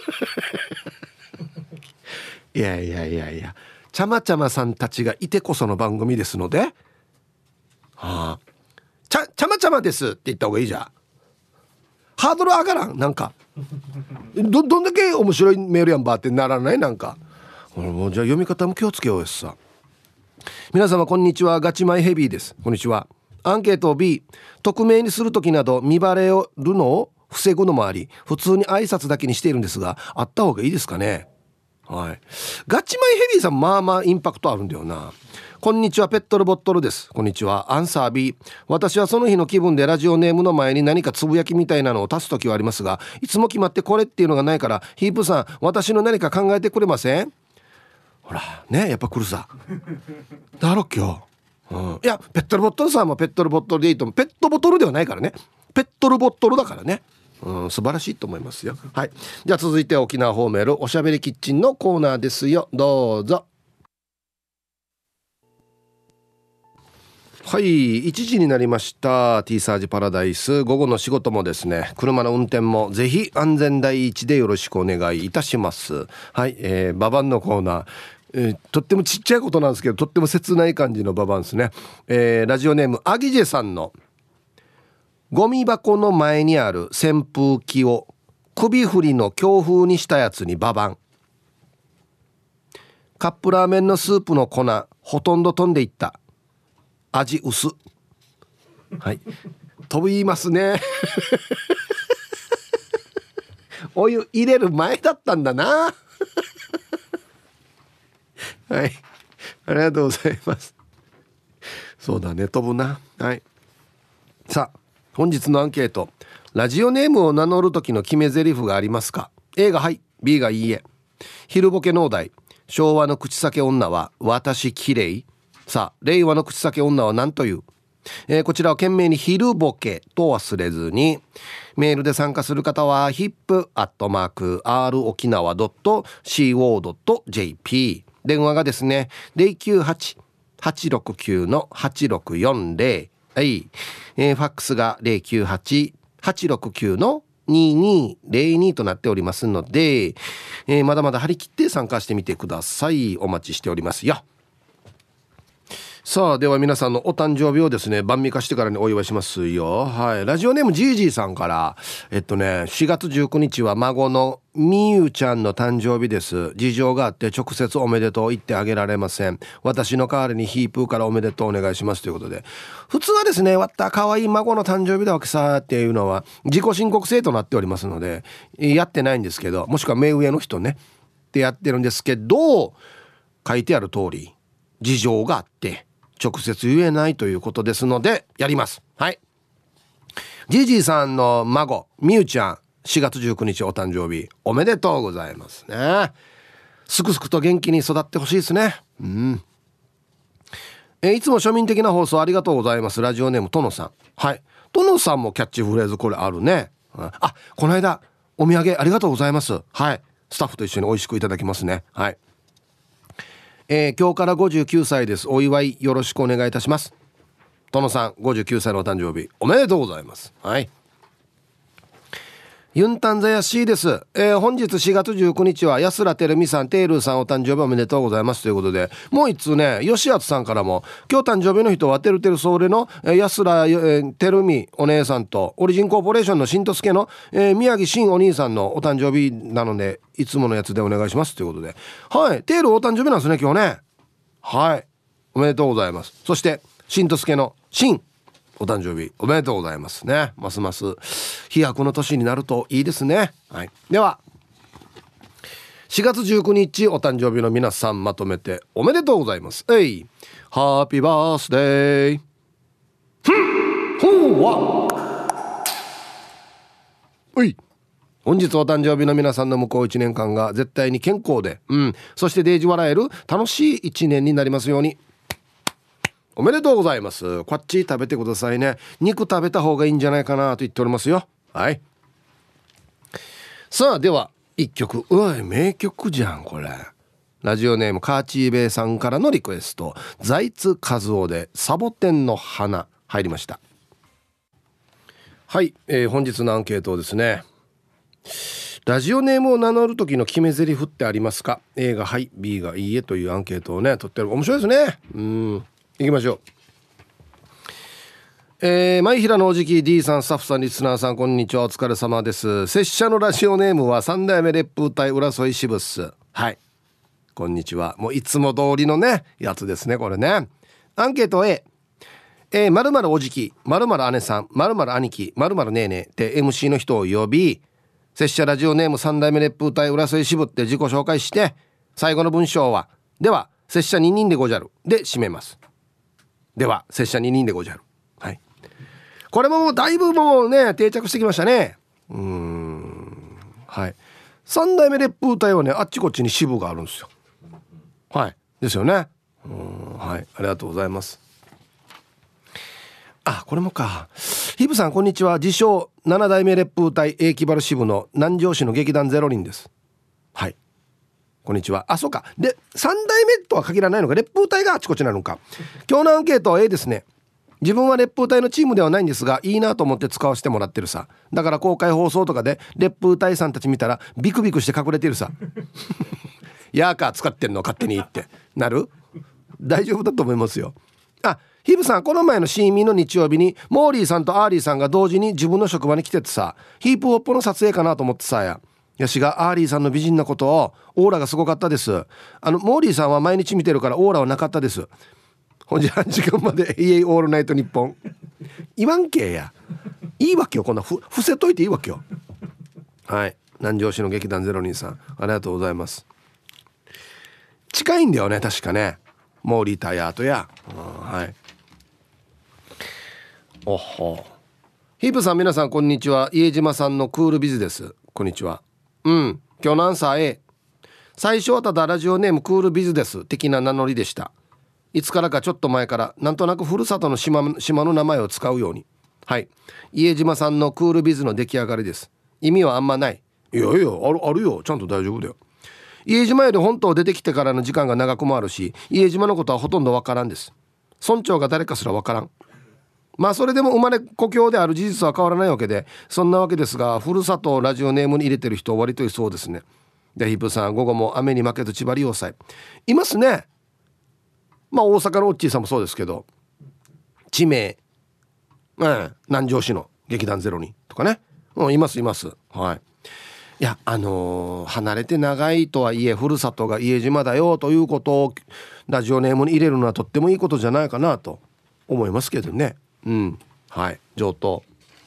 いやいやいやいや、ちゃまちゃまさんたちがいてこその番組ですので、はあ、ちゃ、ちゃまちゃまですって言った方がいいじゃん。ハードル上がらん。なんか ど, どんだけ面白いメールやんばってならない。なんかもうじゃあ読み方も気をつけようよさ。 皆様こんにちは、ガチマイヘビーです。こんにちは。アンケート B、 匿名にするときなど見バレるのを防ぐのもあり、普通に挨拶だけにしているんですが、あった方がいいですかね。はい、ガチマイヘビーさん、まあまあインパクトあるんだよな。こんにちは、ペットルボットルです。こんにちは。アンサー B、 私はその日の気分でラジオネームの前に何かつぶやきみたいなのを足すときはありますが、いつも決まってこれっていうのがないから、ヒープさん私の何か考えてくれません？ほらね、やっぱ来るさだろ今日、うん、いやペットルボットルさんもペットルボットルでいいと思う。ペットボトルではないからね、ペットルボットルだからね、うん、素晴らしいと思いますよ。はい、じゃあ続いて沖縄ホーメールおしゃべりキッチンのコーナーですよ。どうぞ。はい、いちじになりました。 T サージパラダイス、午後の仕事もですね、車の運転もぜひ安全第一でよろしくお願いいたします。はい、えー、ババンのコーナー、えー、とってもちっちゃいことなんですけど、とっても切ない感じのババンですね。えー、ラジオネームアギジェさんの、ゴミ箱の前にある扇風機を首振りの強風にしたやつにババン。カップラーメンのスープの粉ほとんど飛んでいった。味薄。はい、飛びますねお湯入れる前だったんだなはい、ありがとうございます。そうだね、飛ぶな。はい、さあ本日のアンケート、ラジオネームを名乗る時の決め台詞がありますか？ A がはい、 B がいいえ。昼ボケ農大、昭和の口裂け女は私きれい。さあ令和の口裂け女は何という、えー、こちらは懸命に昼ボケと忘れずに。メールで参加する方は ヒップ アットマーク アール 沖縄 ドット シーオー ドット ジェーピー、 電話がですね ゼロきゅうはち はちろくきゅう はちろくよんゼロ、はい、えー、ファックスが ゼロきゅうはち はちろくきゅう ににゼロにとなっておりますので、えー、まだまだ張り切って参加してみてください。お待ちしておりますよ。さあでは皆さんのお誕生日をですね、晩味化してからにお祝いしますよ。はい、ラジオネームジージーさんから、えっとねしがつじゅうくにちは孫のみゆちゃんの誕生日です。事情があって直接おめでとう言ってあげられません。私の代わりにヒープーからおめでとうお願いしますということで、普通はですね、わった可愛い孫の誕生日だわけさっていうのは自己申告制となっておりますのでやってないんですけど、もしくは目上の人ねってやってるんですけど、書いてある通り事情があって直接言えないということですのでやります。はい、ジジイさんの孫みゆちゃん、しがつじゅうくにちお誕生日おめでとうございますね。すくすくと元気に育ってほしいですね。うん、えいつも庶民的な放送ありがとうございます。ラジオネームとのさん。はい、とのさんもキャッチフレーズこれあるね。あ、この間お土産ありがとうございます。はい、スタッフと一緒に美味しくいただきますね。はい、えー、今日からごじゅうきゅうさいです。お祝いよろしくお願いいたします。殿さんごじゅうきゅうさいのお誕生日おめでとうございます。はい、ユンタンザヤシーです。えー、本日しがつじゅうくにちは安良てるみさん、テールーさんお誕生日おめでとうございますということで、もう一通ね、吉厚さんからも今日誕生日の人はてるてるそれの、えー、安良、えー、てるみお姉さんとオリジンコーポレーションのしんとすけの、えー、宮城しんお兄さんのお誕生日なのでいつものやつでお願いしますということで、はい、テールお誕生日なんですね今日ね。はい、おめでとうございます。そしてしんとすけのしんお誕生日おめでとうございますね。ますます飛躍の年になるといいですね。はい、ではしがつじゅうくにちお誕生日の皆さんまとめておめでとうございます。えいハッピーバースデー。ふんほうわおい、本日お誕生日の皆さんの向こういちねんかんが絶対に健康で、うん、そしてデージ笑える楽しいいちねんになりますように。おめでとうございます。こっち食べてくださいね。肉食べた方がいいんじゃないかなと言っておりますよ。はい、さあではいっきょく、うわ名曲じゃんこれ。ラジオネームカーチーベイさんからのリクエスト、財津和夫でサボテンの花入りました。はい、えー、本日のアンケートですね。ラジオネームを名乗る時の決め台詞ってありますか？ A がはい、 B がいいえというアンケートをね取ってる。面白いですね。うん、行きましょう。えー、前平のおじき D さん、スタッフさん、リスナーさん、こんにちは、お疲れ様です。拙者のラジオネームは三代目烈風隊浦添支部っす。はい、 こんにちは。もういつも通りのねやつですねこれね。アンケート A、えー、〇〇おじき、〇〇姉さん、〇〇兄貴、〇〇ねえねえって エムシー の人を呼び、拙者ラジオネーム三代目烈風隊浦添支部って自己紹介して、最後の文章はでは拙者ににんでごじゃるで締めます。では拙者ににんでごじゃる。はい、これももうだいぶもうね定着してきましたね。うーん、はい、三代目烈風隊はねあっちこっちに支部があるんですよ。はいですよね。うーん、はい、ありがとうございます。あ、これもか。ヒブさんこんにちは。自称七代目烈風隊英気原支部の南城市の劇団ゼロ人です。はい、こんにちは。あ、そうか。で三代目とは限らないのか。烈風隊があちこちなのか。今日のアンケートは A ですね。自分は烈風隊のチームではないんですがいいなと思って使わせてもらってるさ。だから公開放送とかで烈風隊さんたち見たらビクビクして隠れてるさ。やーか使ってんの勝手にってなる。大丈夫だと思いますよ。あ、ヒブさんこの前のシーミーの日曜日にモーリーさんとアーリーさんが同時に自分の職場に来ててさ、ヒープホップの撮影かなと思ってさややしがアーリーさんの美人なことをオーラがすごかったです。あのモーリーさんは毎日見てるからオーラはなかったです。ほんじゃ時間までイエイオールナイトニッポン言わんけやいいわけよ。こんなふ伏せといていいわけよ。はい、南城市の劇団ゼロにさんありがとうございます。近いんだよね確かね、モーリータイヤーとや、うん、はい。おほ、ヒープさん皆さんこんにちは。家島さんのクールビズです。こんにちは。うん、今日のアンサー A。 最初はただラジオネームクールビズです的な名乗りでした。いつからかちょっと前からなんとなくふるさとの 島, 島の名前を使うように。はい、家島さんのクールビズの出来上がりです。意味はあんまない。いやいやあるあるよ、ちゃんと大丈夫だよ。家島より本島出てきてからの時間が長くもあるし家島のことはほとんどわからんです。村長が誰かすらわからん。まあそれでも生まれ故郷である事実は変わらないわけで、そんなわけですがふるさとをラジオネームに入れてる人割といそうですね。でヒップさん午後も雨に負けず千葉利用祭いますね。まあ大阪のオッチーさんもそうですけど地名、うん、南城市の劇団ゼロにとかね、うん、いますいます。はい、いやあのー、離れて長いとはいえふるさとが家島だよということをラジオネームに入れるのはとってもいいことじゃないかなと思いますけどね。うん、はい、上等。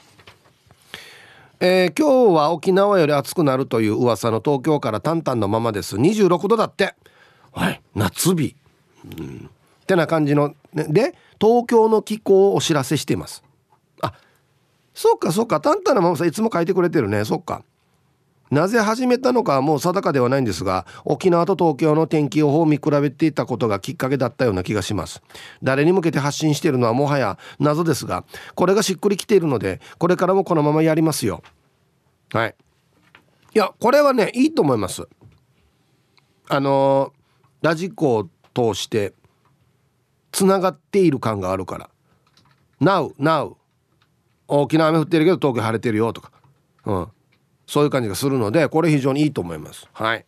えー、今日は沖縄より暑くなるという噂の東京からタンタンのままです。にじゅうろくどだって。はい、夏日、うん、ってな感じの、ね、で東京の気候をお知らせしています。あ、そうかそうか、タンタンのままさいつも書いてくれてるね。そっか。なぜ始めたのかはもう定かではないんですが沖縄と東京の天気予報を見比べていたことがきっかけだったような気がします。誰に向けて発信しているのはもはや謎ですがこれがしっくりきているのでこれからもこのままやりますよ。はい、いやこれはねいいと思います。あのー、ラジコを通してつながっている感があるから Now Now 沖縄雨降ってるけど東京晴れてるよとか、うん、そういう感じがするのでこれ非常にいいと思います。はい、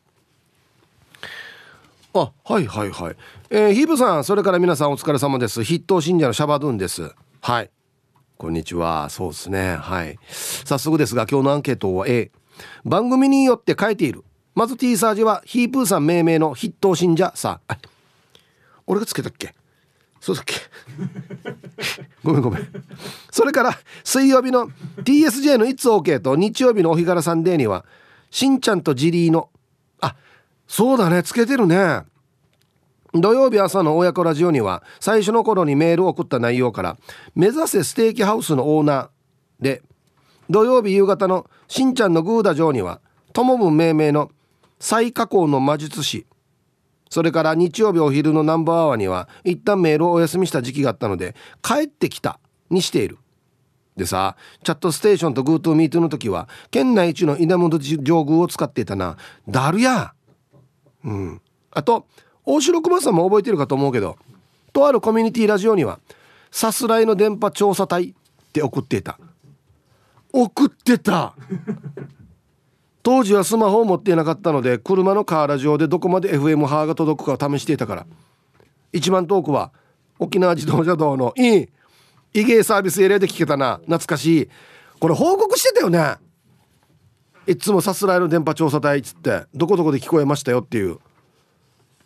あ、はいはいはい、えー、ヒープさんそれから皆さんお疲れ様です。筆頭信者のシャバドゥンです。はい、こんにちは。そうですね。はい、早速ですが今日のアンケートは A。 番組によって変えている。まず T サージはヒープーさん命名の筆頭信者さあ、俺がつけたっけ、そうだっけごめんごめん。それから水曜日の ティーエスジェー の It's OK と日曜日のお日柄サンデーにはしんちゃんとジリーの、あ、そうだね、つけてるね。土曜日朝の親子ラジオには最初の頃にメールを送った内容から目指せステーキハウスのオーナーで、土曜日夕方のしんちゃんのグーダ城にはともぶん命名の再加工の魔術師、それから日曜日お昼のナンバーアワーには一旦メールをお休みした時期があったので帰ってきたにしている。でさ、チャットステーションと GoToMeet の時は県内一の稲本上宮を使っていたな。だるや、うん、あと大城熊さんも覚えてるかと思うけどとあるコミュニティラジオにはさすらいの電波調査隊って送っていた送ってた当時はスマホを持っていなかったので車のカーラジオでどこまで エフエム 波が届くかを試していたから、一番遠くは沖縄自動車道のいいイゲーサービスエリアで聞けたな。懐かしい。これ報告してたよね。いつもさすらいの電波調査隊っつってどこどこで聞こえましたよっていう。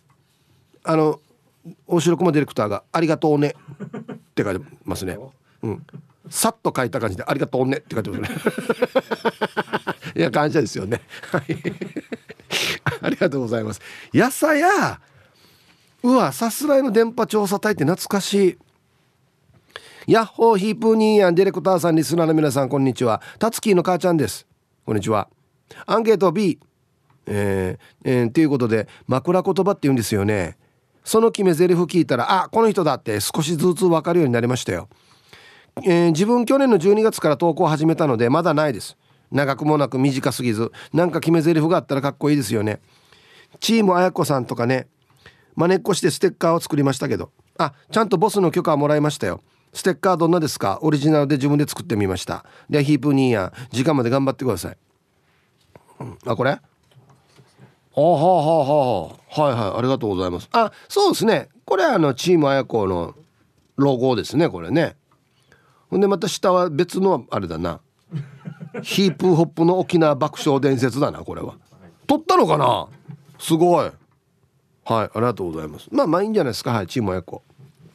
あの大城駒ディレクターがありがとうねって書いてますね。うん、さっと書いた感じでありがとうねって書いてますねいや感謝ですよねはいありがとうございます。やさやうわさすらいの電波調査隊って懐かしい。ヤッホーヒープーニーヤンディレクターさん、リスナーの皆さんこんにちは。タツキーの母ちゃんです。こんにちは。アンケート B、えーえー、ということで枕言葉って言うんですよね。その決め台詞聞いたらあこの人だって少しずつ分かるようになりましたよ。えー、自分去年のじゅうにがつから投稿を始めたのでまだないです。長くもなく短すぎずなんか決め台詞があったらかっこいいですよね。チームあやこさんとかね、まねっこしてステッカーを作りましたけど、あちゃんとボスの許可をもらいましたよ。ステッカーどんなですか？オリジナルで自分で作ってみました。でヒープニーヤ時間まで頑張ってください。うん、あこれはあはあはあはあはいはいありがとうございます。あそうですね、これはあのチームあやこのロゴですねこれね。ほんでまた下は別のあれだなヒープホップの沖縄爆笑伝説だなこれは。撮ったのかな、すごいはいありがとうございます。まあまあいいんじゃないですか。はいチームあやこ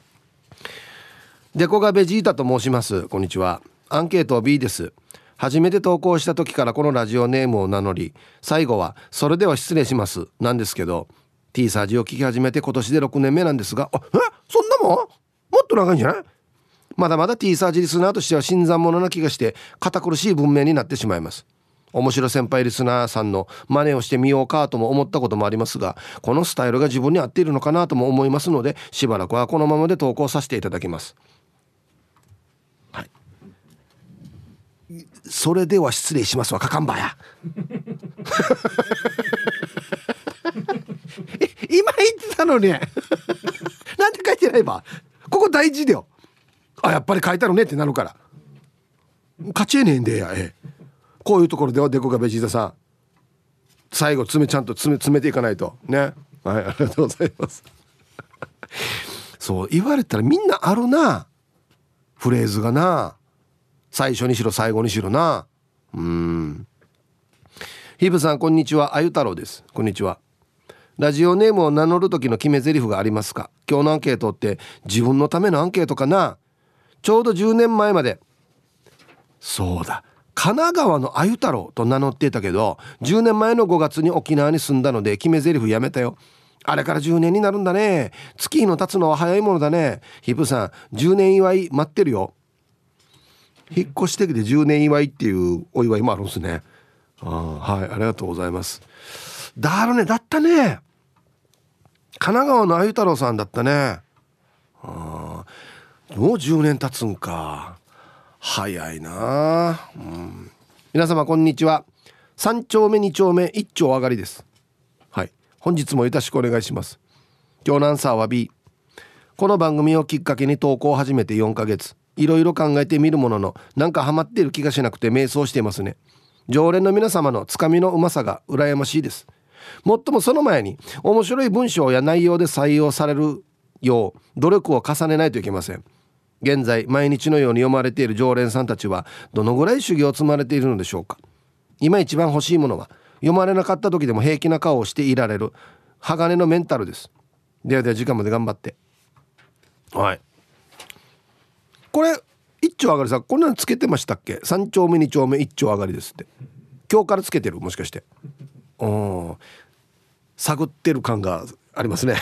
デコがベジータと申します。こんにちは。アンケート B です。初めて投稿した時からこのラジオネームを名乗り、最後はそれでは失礼しますなんですけど、 T サージを聞き始めて今年でろくねんめなんですが、あえそんなもんもっと長いんじゃない？まだまだ T サージリスナーとしては新参者な気がして堅苦しい文明になってしまいます。面白先輩リスナーさんの真似をしてみようかとも思ったこともありますが、このスタイルが自分に合っているのかなとも思いますので、しばらくはこのままで投稿させていただきます。はい、それでは失礼しますわかかんばやえ今言ってたのになんで書いてないば、ここ大事だよ。あやっぱり書いたのねってなるから勝ちえねえんでや。えこういうところではデコがベジータさん最後詰めちゃんと詰め詰めていかないとね。はいありがとうございますそう言われたらみんなあるなフレーズがな、最初にしろ最後にしろな。うーんヒブさんこんにちは、あゆ太郎です。こんにちは。ラジオネームを名乗る時の決め台詞がありますか？今日のアンケートって自分のためのアンケートかな。ちょうどじゅうねんまえまでそうだ神奈川のあゆ太郎と名乗っていたけど、じゅうねんまえのごがつに沖縄に住んだので決め台詞やめたよ。あれからじゅうねんになるんだね。月日の経つのは早いものだね。ヒプさんじゅうねん祝い待ってるよ。引っ越してきてじゅうねん祝いっていうお祝いもあるんですね。あはいありがとうございます。だろねだったね、神奈川のあゆ太郎さんだったね。あもうじゅうねん経つんか、早いな、うん、皆様こんにちは。さん丁目に丁目いっ丁上がりです。はい本日もよろしくお願いします。今日のアンサーは B。 この番組をきっかけに投稿を始めてよんかげつ、いろいろ考えてみるもののなんかハマっている気がしなくて迷走していますね。常連の皆様のつかみのうまさが羨ましいです。もっともその前に面白い文章や内容で採用されるよう努力を重ねないといけません。現在毎日のように読まれている常連さんたちはどのぐらい修行を積まれているのでしょうか。今一番欲しいものは読まれなかった時でも平気な顔をしていられる鋼のメンタルです。ではでは時間まで頑張って。はいこれ一丁上がりさんこんなのつけてましたっけ？さん丁目に丁目一丁上がりですって。今日からつけてるもしかして。お探ってる感がありますね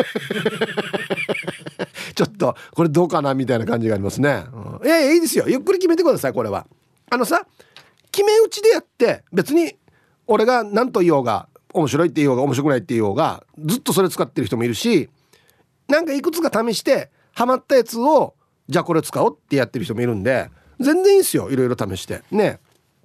ちょっとこれどうかなみたいな感じがありますね、うん、いやいやいいですよ、ゆっくり決めてください。これはあのさ決め打ちでやって別に俺が何と言おうが面白いって言おうが面白くないって言おうがずっとそれ使ってる人もいるし、なんかいくつか試してハマったやつをじゃあこれ使おうってやってる人もいるんで全然いいんですよ、いろいろ試してね。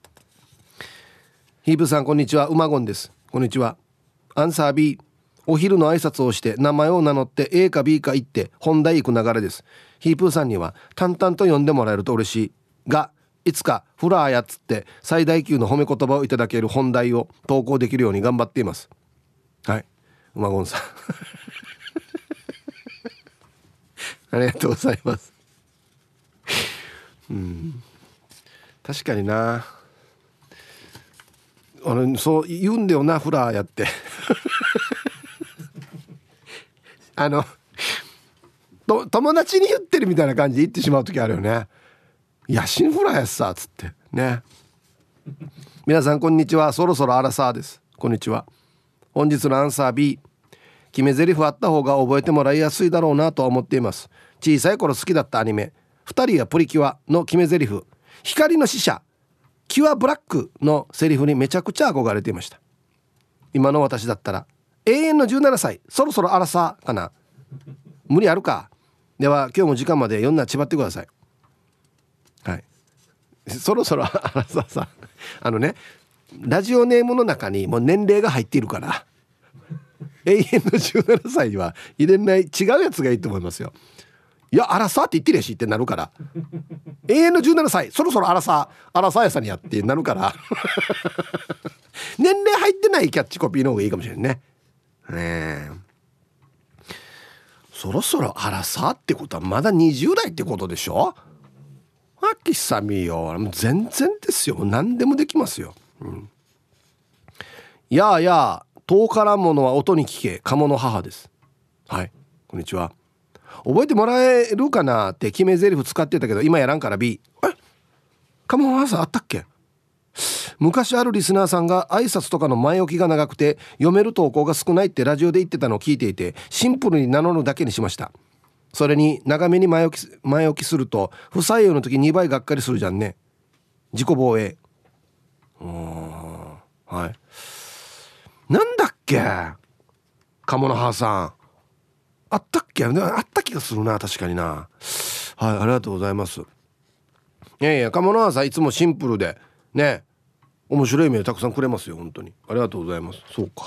ヒープさんこんにちは、うまごんです。こんにちは。アンサー B。 お昼の挨拶をして名前を名乗って A か B か言って本題行く流れです。ヒープーさんには淡々と呼んでもらえると嬉しいが、いつかフラーやっつって最大級の褒め言葉をいただける本題を投稿できるように頑張っています。はい、うまごんさんありがとうございます。うん確かにな、あのそう言うんだよなフラーやってあのと友達に言ってるみたいな感じで言ってしまう時あるよね。いやシンフラやっさつってね。皆さんこんにちは、そろそろアラサーです。こんにちは。本日のアンサー B、 決め台詞あった方が覚えてもらいやすいだろうなとは思っています。小さい頃好きだったアニメふたりやプリキュアの決め台詞、光の使者キュアブラックのセリフにめちゃくちゃ憧れていました。今の私だったら永遠のじゅうななさい、そろそろアラサーかな。無理あるか。では今日も時間まで読んだちばってください。はい、そろそろアラサーさん、あのねラジオネームの中にもう年齢が入っているから永遠のじゅうななさいは入れない、違うやつがいいと思いますよ。いやアラサーって言ってるやしってなるから、永遠のじゅうななさいそろそろアラサーアラサーやさんにやってなるから年齢入ってないキャッチコピーの方がいいかもしれないね。ねえ、そろそろアラサーってことはまだにじゅう代ってことでしょ。あきさみよ、もう全然ですよ。もう何でもできますよ、うん、やあやあ遠からものは音に聞け、鴨の母です。はい、こんにちは。覚えてもらえるかなって決め台詞使ってたけど今やらんから B。 え鴨の母さんあったっけ。昔あるリスナーさんが挨拶とかの前置きが長くて読める投稿が少ないってラジオで言ってたのを聞いていて、シンプルに名乗るだけにしました。それに長めに前置き、前置きすると不採用の時にばいがっかりするじゃんね。自己防衛。うーん、はい、なんだっけ鴨の母さんあったっけ。あった気がするな、確かにな。はい、ありがとうございます。いやいや鴨の母さんいつもシンプルでね面白いメールたくさんくれますよ、本当にありがとうございます。そうか、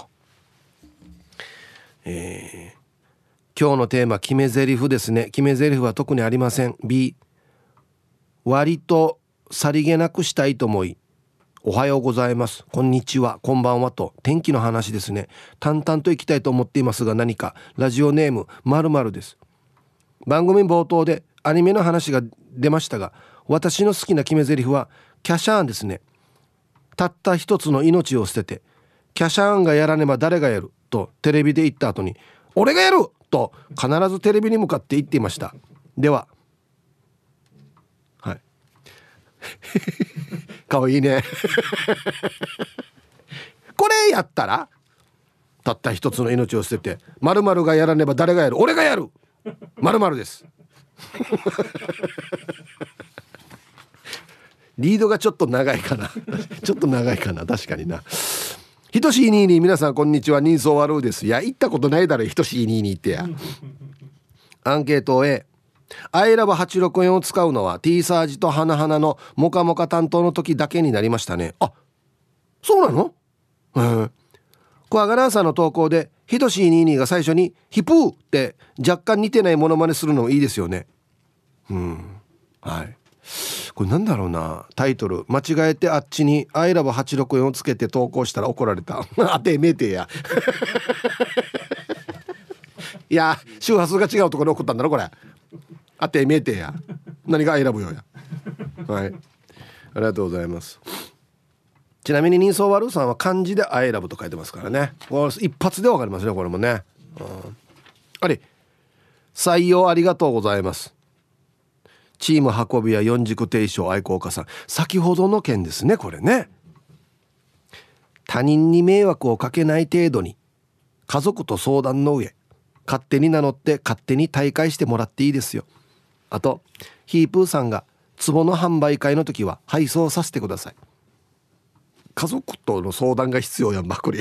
えー今日のテーマ決め台詞ですね。決め台詞は特にありません。 B、 割とさりげなくしたいと思いおはようございます、こんにちは、こんばんはと天気の話ですね。淡々といきたいと思っていますが何か。ラジオネーム〇〇です。番組冒頭でアニメの話が出ましたが私の好きな決め台詞はキャシャーンですね。たった一つの命を捨ててキャシャーンがやらねば誰がやるとテレビで言った後に俺がやると必ずテレビに向かって言っていました。では、はい、かわいいねこれやったらたった一つの命を捨てて〇〇がやらねば誰がやる、俺がやる〇〇ですリードがちょっと長いかなちょっと長いかな、確かにな。ひとしいにいに皆さんこんにちは、人相悪うです。いや行ったことないだろひとしいにいにってやアンケート A、 アイラブはちろくよんを使うのは T サージと花々のモカモカ担当の時だけになりましたね。あ、そうなの。へえ。小アガナーさんの投稿でひとしいにいにが最初にヒプーって若干似てないモノマネするのもいいですよね。うん、はい、これなんだろうな、タイトル間違えてあっちにアイラブはちろくよんをつけて投稿したら怒られたあてめえてやいや周波数が違うところで怒ったんだろこれ。あてめえてや何がアイラブよやはい、ありがとうございます。ちなみに人相悪さんは漢字でアイラブと書いてますからね、一発でわかりますねこれもね、うん、あれ採用ありがとうございます。チーム運びや四軸定称愛好家さん、先ほどの件ですねこれね。他人に迷惑をかけない程度に家族と相談の上勝手に名乗って勝手に大会してもらっていいですよ。あとヒープーさんが壺の販売会の時は配送させてください。家族との相談が必要やんばこれ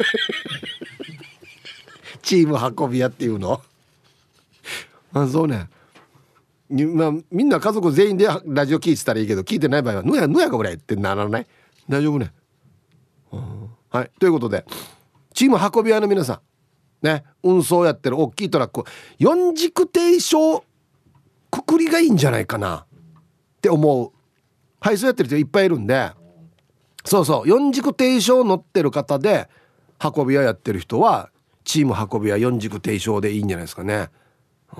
チーム運び屋っていうのあ、そうね、まあ、みんな家族全員でラジオ聞いてたらいいけど聞いてない場合はぬやぬやかこれってならない、大丈夫ね、うん、はい、ということでチーム運び屋の皆さんね、運送やってる大きいトラック四軸停称くくりがいいんじゃないかなって思う。配送やってる人いっぱいいるんで、そうそう四軸停称乗ってる方で運び屋やってる人はチーム運び屋四軸停称でいいんじゃないですかね。うん、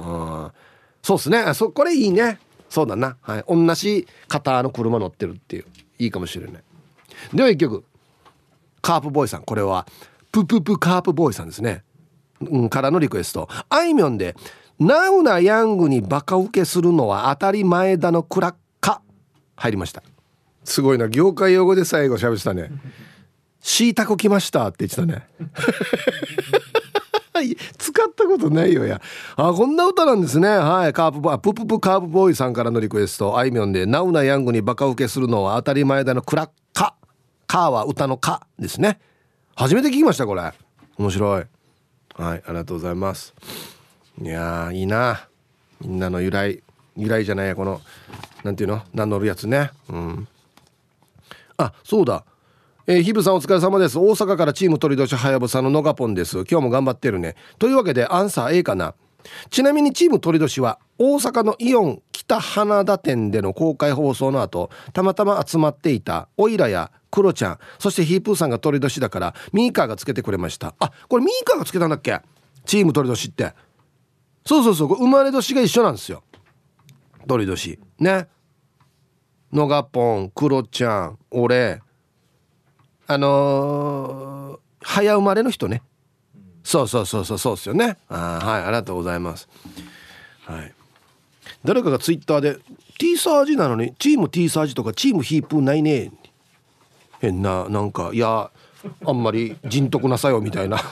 そうですね、そこれいいね。そうだな、はい、同じ型の車乗ってるっていういいかもしれない。では一曲カープボーイさん、これはプププカープボーイさんですね。 うん、からのリクエスト、あいみょんでナウなヤングにバカウケするのは当たり前だのクラッカ入りました。すごいな、業界用語で最後喋ってたね。シータコ来ましたって言ってたね使ったことないよや。あ、こんな歌なんですね。はい、カープボーイ、プププカープボーイさんからのリクエスト、あいみょんでナウなヤングにバカウケするのは当たり前だのクラッカ。カーは歌のカですね。初めて聞きましたこれ。面白い。はい、ありがとうございます。いやー、いいな、みんなの由来由来じゃないや、このなんていうの、名乗るやつね。うん。あ、そうだ、えー、ヒブさんお疲れ様です。大阪からチーム鳥年はやぶさののがぽんです。今日も頑張ってるね。というわけでアンサー A かな。ちなみにチーム鳥年は大阪のイオン北花田店での公開放送の後、たまたま集まっていたオイラやクロちゃん、そしてヒープーさんが鳥年だからミーカーがつけてくれました。あ、これミーカーがつけたんだっけ、チーム鳥年って。そうそうそう、生まれ年が一緒なんですよ、鳥年ね。のがぽん、クロちゃん、俺、あのー、早生まれの人ね。そうそうそうそうそうですよね。あ、はい、ありがとうございます。はい。誰かがツイッターで T サージなのにチーム T サージとかチームヒープーないね、変な、なんか、いやあんまり人徳なさよみたいな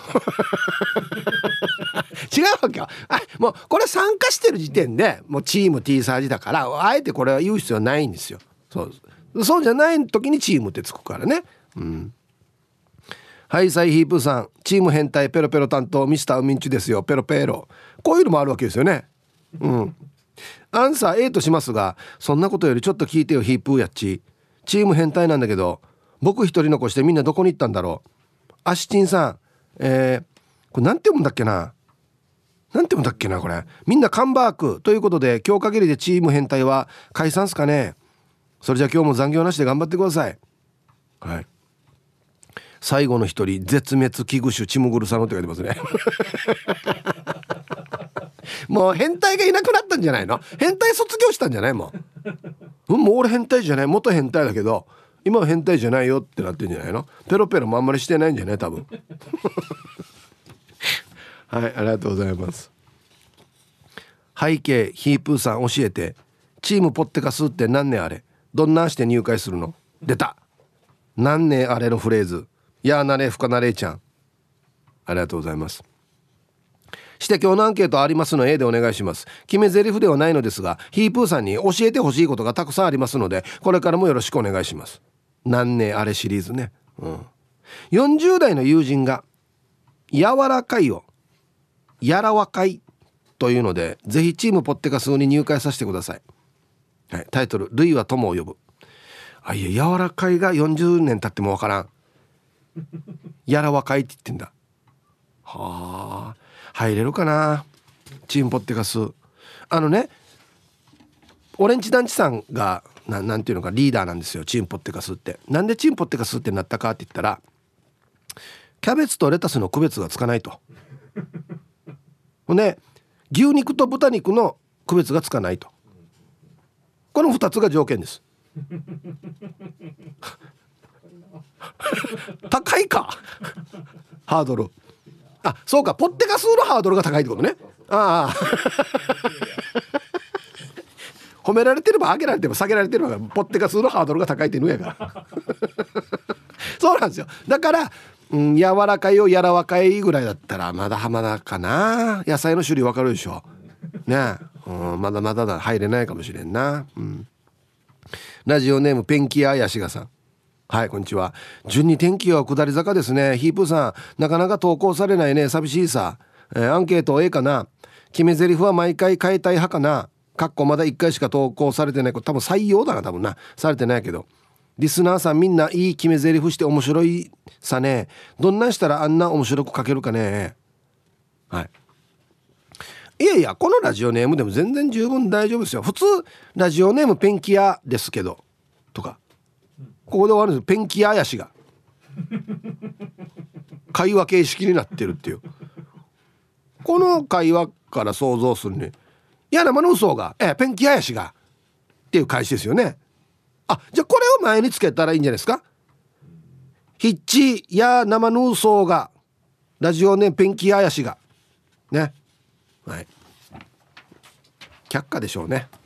違うわけよ。あ、もうこれ参加してる時点でもうチーム T サージだから、あえてこれは言う必要はないんですよ。そうそうじゃない時にチームってつくからね。うん。はい、サイヒープーさん、チーム変態ペロペロ担当ミスターウミンチュですよ、ペロペロ。こういうのもあるわけですよね。うん。アンサー A としますが、そんなことよりちょっと聞いてよヒープーやっち。チーム変態なんだけど僕一人残してみんなどこに行ったんだろう。アシチンさん、えー、これなんて読むんだっけな、なんて読むんだっけな、これみんなカンバークということで、今日限りでチーム変態は解散すかね。それじゃあ今日も残業なしで頑張ってください。はい。最後の一人、絶滅危惧種チムグルサノって書いてますねもう変態がいなくなったんじゃないの。変態卒業したんじゃない、もう、うん、もう俺変態じゃない、元変態だけど今は変態じゃないよってなってんじゃないの。ペロペロもあんまりしてないんじゃない、多分はい、ありがとうございます。背景ヒープーさん教えて、チームポッテカスって何年あれ、どんなして入会するの。出た、何年あれのフレーズ。やーなれふかなれいちゃん、ありがとうございます。して今日のアンケートありますの A でお願いします。決め台詞ではないのですが、ヒープーさんに教えてほしいことがたくさんありますので、これからもよろしくお願いします。何年あれシリーズね。うん、よんじゅう代の友人が柔らかいをやらわかいというので、ぜひチームポッテカスに入会させてください。はい、タイトル、ルイは友を呼ぶ。あ、いや、柔らかいがよんじゅうねん経ってもわからんやらわかいって言ってんだ。はあ、入れるかな、チームポッテカス。あのね、オレンジ団地さんが な, なんていうのかリーダーなんですよ、チームポッテカスって。なんでチームポッテカスってなったかって言ったら、キャベツとレタスの区別がつかないとほんで牛肉と豚肉の区別がつかないと、このふたつが条件です高いかハードル。あ、そうか、ポッテカスのハードルが高いってことね。ああ褒められてれば上げられてれば下げられてればポッテカスのハードルが高いって言うやからそうなんですよ。だから、うん、柔らかいをやらわかいぐらいだったらまだまだかな。野菜の種類分かるでしょねえ、うん、まだまだだ、入れないかもしれんな、うん、ラジオネームペンキ屋やしがさん、はい、こんにちは。順に天気は下り坂ですね。ヒープさん、なかなか投稿されないね、寂しいさ、えー、アンケート A かな。決め台詞は毎回変えたい派かな。かっこまだいっかいしか投稿されてない、これ多分採用だな、多分な、されてないけど、リスナーさんみんないい決め台詞して面白いさね。どんなんしたらあんな面白く書けるかね。はい、いやいや、このラジオネームでも全然十分大丈夫ですよ。普通ラジオネームペンキ屋ですけどとか、ここで終わるんです。ペンキ屋やしが会話形式になってるっていう、この会話から想像するね。いや、生の嘘がえペンキ屋やしがっていう返しですよね。あ、じゃあこれを前につけたらいいんじゃないですか。ヒッチや生の嘘がラジオネームペンキ屋やしがね。はい、却下でしょうね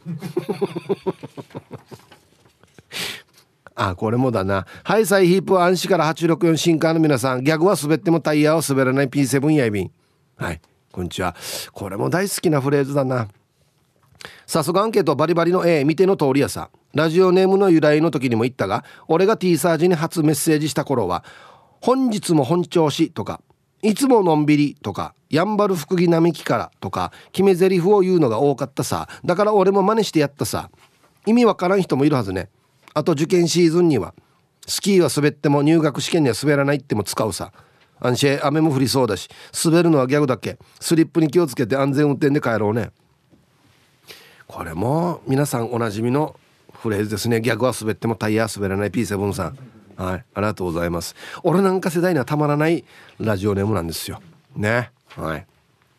あ、これもだな。ハイサイヒープアンシからはちろくよん新刊の皆さん、ギャグは滑ってもタイヤは滑らない ピーセブン やいびん。はい、こんにちは。これも大好きなフレーズだな。早速アンケートバリバリの A 見ての通りやさ。ラジオネームの由来の時にも言ったが、俺が T サージに初メッセージした頃は、本日も本調子とか、いつものんびりとか、やんばる福木並木からとか決め台詞を言うのが多かったさ。だから俺も真似してやったさ。意味わからん人もいるはずね。あと受験シーズンにはスキーは滑っても入学試験には滑らないっても使うさ。安心、雨も降りそうだし、滑るのはギャグだけ。スリップに気をつけて安全運転で帰ろうね。これも皆さんおなじみのフレーズですね。ギャグは滑ってもタイヤは滑らない ピーセブン さん、はい、ありがとうございます。俺なんか世代にはたまらないラジオネームなんですよね。はい。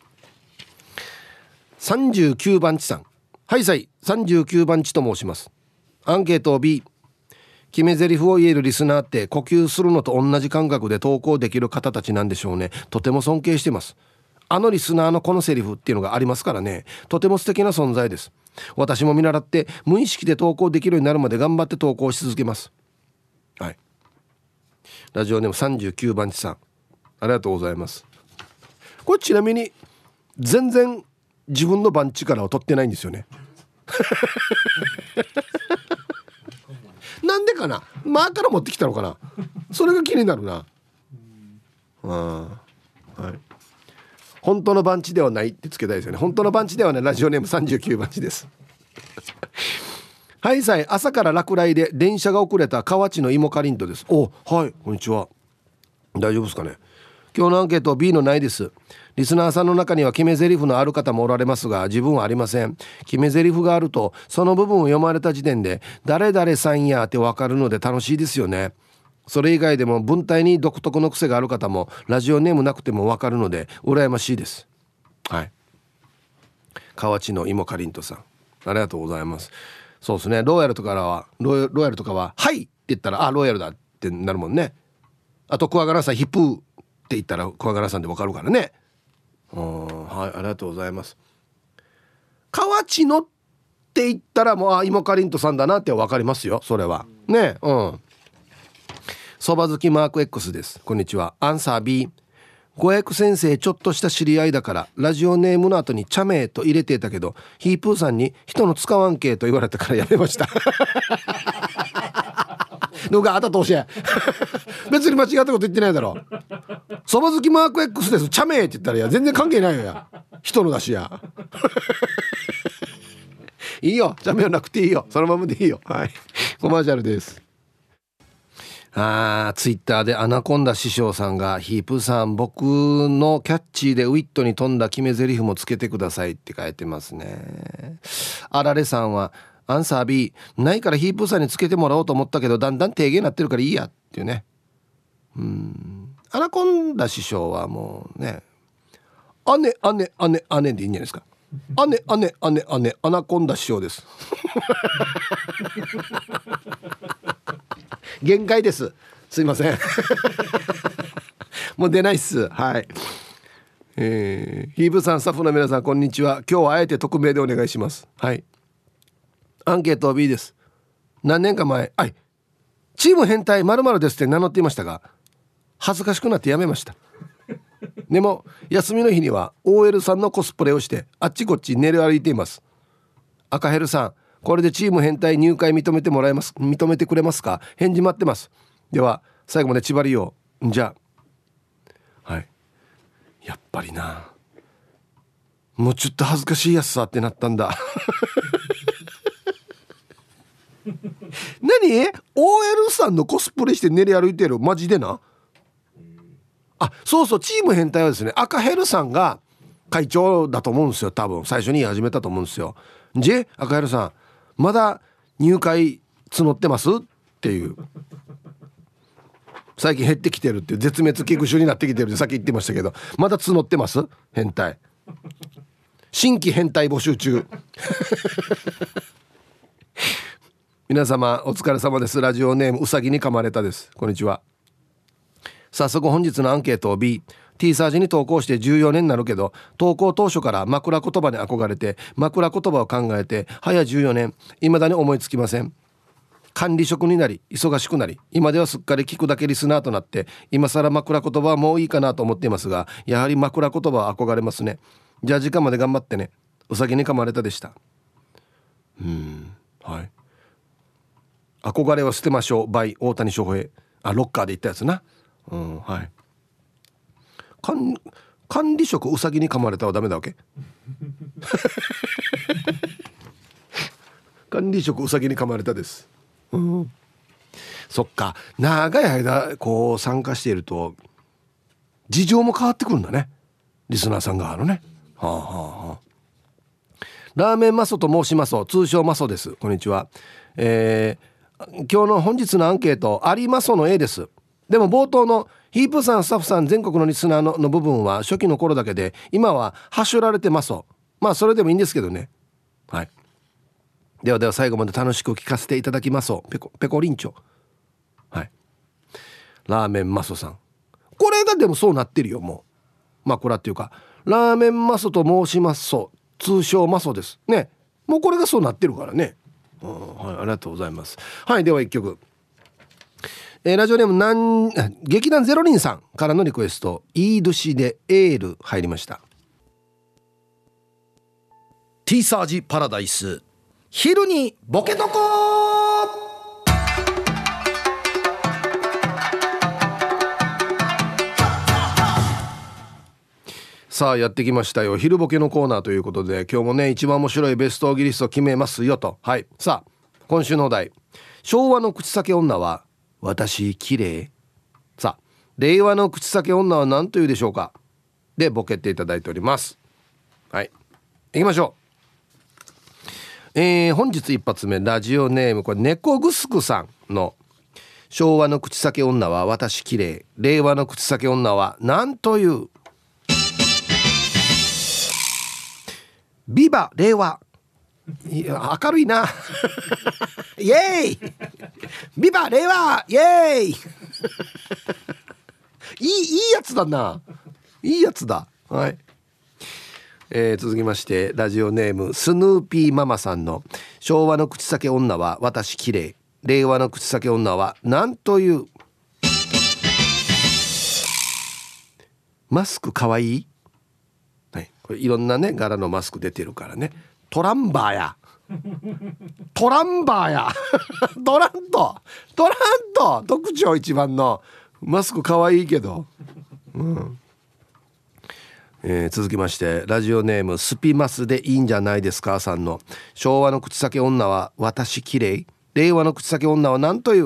さんじゅうきゅうばん地さん、はいさいさんじゅうきゅうばん地と申します。アンケート B、 決め台詞を言えるリスナーって呼吸するのと同じ感覚で投稿できる方たちなんでしょうね。とても尊敬してます。あのリスナーのこのセリフっていうのがありますからね。とても素敵な存在です。私も見習って無意識で投稿できるようになるまで頑張って投稿し続けます。はい。ラジオネームさんじゅうきゅうばん地さん、ありがとうございます。これちなみに全然自分の番地からは取ってないんですよねなんでかな、前から持ってきたのかな、それが気になるな。あ、はい、本当の番地ではないってつけたいですよね。本当の番地ではない。ラジオネームさんじゅうきゅうばん地ですはいさい、朝から落雷で電車が遅れた河内の芋かりんとです。お、はい、こんにちは。大丈夫ですかね。今日のアンケート B のないです。リスナーさんの中には決め台詞のある方もおられますが、自分はありません。決め台詞があるとその部分を読まれた時点で誰々さんやってわかるので楽しいですよね。それ以外でも文体に独特の癖がある方もラジオネームなくてもわかるので羨ましいです。はい、河内の芋かりんとさん、ありがとうございます。そうですね、ローヤルとかはロイヤルとかははいって言ったら、あ、ローヤルだってなるもんね。あとクワガラさんヒップーって言ったらクワガラさんでわかるからね。うん、はい、ありがとうございます。河内のって言ったらもう、あ、芋かりんとさんだなってわかりますよ、それはね。うん。そば好きマーク X です。こんにちは。アンサー B、 五百先生ちょっとした知り合いだからラジオネームの後に茶名と入れてたけど、ヒープーさんに人の使わんけと言われたからやめましたのがあたとおしえ別に間違ったこと言ってないだろ。そば好きマーク X です、茶名って言ったら、いや全然関係ないよや、人の出しやいいよ、茶名はなくていいよ、そのままでいいよ。はい、コマーシャルです。あー、ツイッターでアナコンダ師匠さんが、ヒープさん僕のキャッチーでウィットに富んだ決め台詞もつけてくださいって書いてますね。あられさんはアンサー B、 ないからヒープさんにつけてもらおうと思ったけどだんだん低減になってるからいいやっていうね。うーん、アナコンダ師匠はもうね、姉姉姉姉でいいんじゃないですか。姉姉姉姉アナコンダ師匠です限界です、すいませんもう出ないっす。はい、えー、ヒーブさん、スタッフの皆さんこんにちは。今日はあえて匿名でお願いします。はい、アンケート B です。何年か前、はい、チーム変態〇〇ですって名乗っていましたが恥ずかしくなってやめましたでも休みの日には オーエル さんのコスプレをしてあっちこっち練り歩いています。赤ヘルさん、これでチーム変態入会認めてもらえます認めてくれますか。返事待ってます。では最後まで縛りよう。じゃあ、はい、やっぱりな、もうちょっと恥ずかしいやつさってなったんだ何 オーエル さんのコスプレして練り歩いてる、マジでな。あ、そうそう、チーム変態はですね、赤ヘルさんが会長だと思うんですよ。多分最初に言い始めたと思うんですよ。じ赤ヘルさんまだ入会募ってますっていう、最近減ってきてるっていう、絶滅危惧種になってきてるってさっき言ってましたけど、まだ募ってます。変態新規変態募集中皆様お疲れ様です。ラジオネームうさぎに噛まれたです。こんにちは。早速本日のアンケートを B、 T サージに投稿してじゅうよねんになるけど、投稿当初から枕言葉に憧れて枕言葉を考えて早じゅうよねん、未だに思いつきません。管理職になり忙しくなり、今ではすっかり聞くだけリスナーとなって、今更枕言葉はもういいかなと思っていますが、やはり枕言葉は憧れますね。じゃあ時間まで頑張ってね。うさぎに噛まれたでした。うーん、はい。憧れは捨てましょう by 大谷翔平。あ、ロッカーで言ったやつな。うん、はい。管, 管理職うさぎに噛まれたはダメだわけ管理職うさぎに噛まれたです、うん、そっか、長い間こう参加していると事情も変わってくるんだね、リスナーさん側のね。はあはあはあ。ラーメンマソと申します。通称マソです。こんにちは。えー、今日の本日のアンケート、ありマソの A です。でも冒頭のヒープさん、スタッフさん、全国のリスナー の, の部分は初期の頃だけで、今ははしょられてます。まあそれでもいいんですけどね。はい。ではでは最後まで楽しく聞かせていただきます。ペコペコリンチョ。はい。ラーメンマソさん、これがでもそうなってるよ、もう。まあこれはっていうか、ラーメンマソと申します。通称マソですね。もうこれがそうなってるからね。うん、はい、ありがとうございます。はい。ではいっきょく、えー、ラジオネームなん劇団ゼロリンさんからのリクエスト、イードシでエール入りました。 T サージパラダイス、昼にボケとこ。さあやってきましたよ、昼ボケのコーナーということで、今日もね一番面白いベストギリストを決めますよと。はい。さあ今週のお題、昭和の口先女は私綺麗。さあ令和の口先女は何というでしょうか。でボケていただいております。はい、行きましょう。えー、本日一発目、ラジオネームこれ猫ぐすくさんの、昭和の口先女は私綺麗、令和の口先女は何という。ビバ令和。いや明るいなイエーイビバ令和イエーイいいいいやつだな、いいやつだ。はい。えー、続きましてラジオネームスヌーピーママさんの、昭和の口先女は私綺麗、令和の口先女は何という。マスクかわいい。はい、これいろんなね柄のマスク出てるからね。トランバーやトランバーやトラントトラント特徴一番のマスクかわいいけど、うん。えー、続きましてラジオネームスピマスでいいんじゃないですかさんの、昭和の口先女は私綺麗、令和の口先女は何という。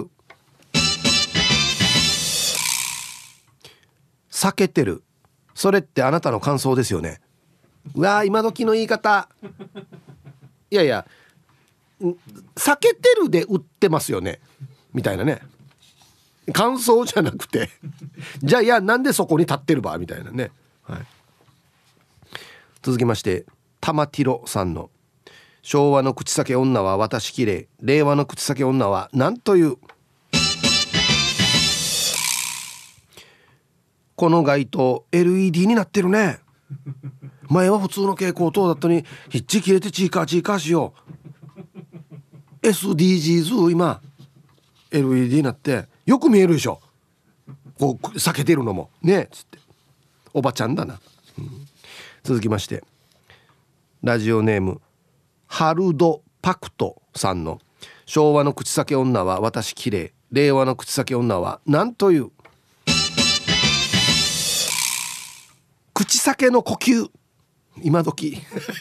避けてる。それってあなたの感想ですよね。うわー今時の言い方。いやいや、避けてるで売ってますよねみたいなね、感想じゃなくてじゃあいやなんでそこに立ってるばみたいなね。はい。続きまして玉ティロさんの、昭和の口先女は私綺麗、令和の口先女は何という。この街灯 エルイーディー になってるね。前は普通の蛍光灯だったのにひっち切れてチーカーチーカーしよう。 エスディージーズ 今 エルイーディー になってよく見えるでしょ、こう避けてるのもねつって。おばちゃんだな、うん。続きましてラジオネームハルドパクトさんの、昭和の口先女は私綺麗、令和の口先女は何という。口先の呼吸。今時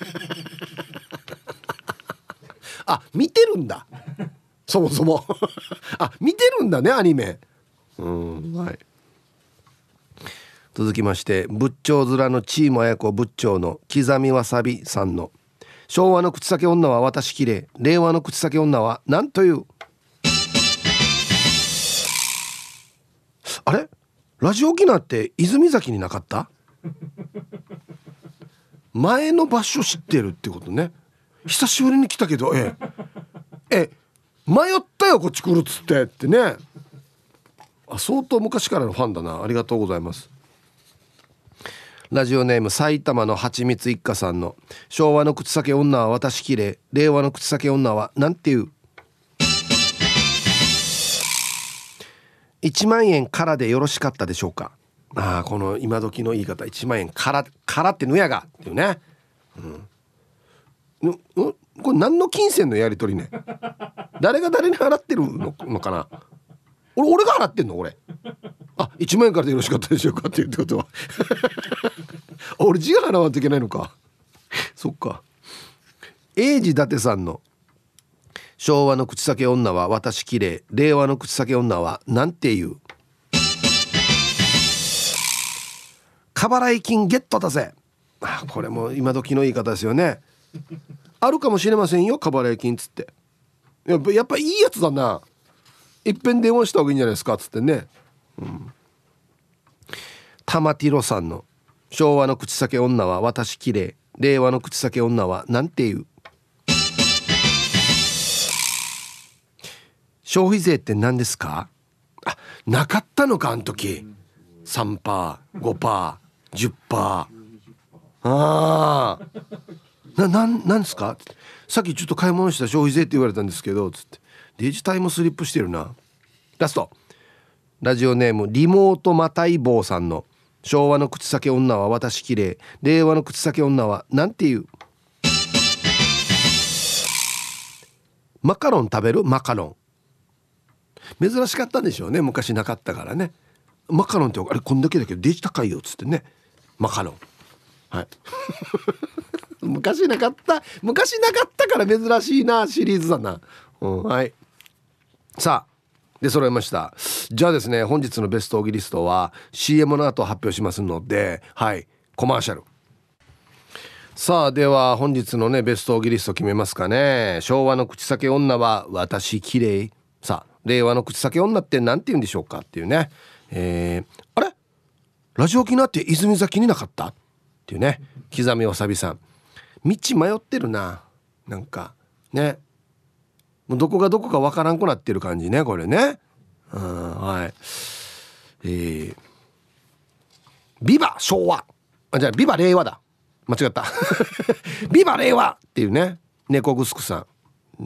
あ見てるんだそもそもあ見てるんだねアニメ。うん、はい。続きまして仏頂面のチーム綾子仏頂の刻みわさびさんの、昭和の口先女は私綺麗、令和の口先女は何という。あれラジオ沖縄って泉崎になかった。前の場所知ってるってことね。久しぶりに来たけどええ迷ったよこっち来るっつってってね。あ相当昔からのファンだな。ありがとうございます。 ラジオネーム埼玉のはちみつ一家さんの昭和の口裂け女は私きれい、令和の口裂け女はなんていう。いちまんえんからでよろしかったでしょうか。ああ、この今時の言い方、いちまんえんからからってぬやがっていうね、うん、んこれ何の金銭のやり取りね。誰が誰に払ってる の, のかな。俺俺が払ってんの俺。あ、いちまんえんからでよろしかったでしょうかっていうってことは俺字が払わないといけないのか。そっか。英治伊達さんの昭和の口裂け女は私きれい、令和の口裂け女はなんていう。過払い金ゲットだぜ。あ、これも今時の言い方ですよね。あるかもしれませんよ、過払い金つって。やっぱ、やっぱいいやつだな、いっぺん電話した方がいいんじゃないですかつってね、うん、玉ティロさんの昭和の口裂け女は私きれい、令和の口裂け女はなんていう。消費税って何ですか。あ、なかったのかあの時。 さんパーセント、ごパーセント、じゅっパーセント。 ああ、な、なん、なんですか。さっきちょっと買い物した消費税って言われたんですけどつって。デジタイムスリップしてるな。ラスト、ラジオネームリモートマタイボーさんの昭和の口裂け女は私きれい、令和の口裂け女はなんていう。マカロン食べる。マカロン珍しかったんでしょうね、昔なかったからね。マカロンってあれこんだけだけどデジ高いよっつってね、マカロン、はい昔なかった昔なかったから珍しいなシリーズだな、うん、はい。さあで揃いました。じゃあですね、本日のベストオギリストは シーエム の後発表しますので、はいコマーシャル。さあでは本日のねベストオギリスト決めますかね。昭和の口裂け女は私きれい。さあ令和の口裂け女って何て言うんでしょうかっていうね、えー、あれラジオ沖縄って泉崎になかったっていうね。刻みわさびさん、道迷ってるな、なんかね、もうどこがどこかわからんくなってる感じねこれね、うん、はい。えー、ビバ昭和、あ、じゃあビバ令和だ、間違ったビバ令和っていうね、猫グスクさん、うん、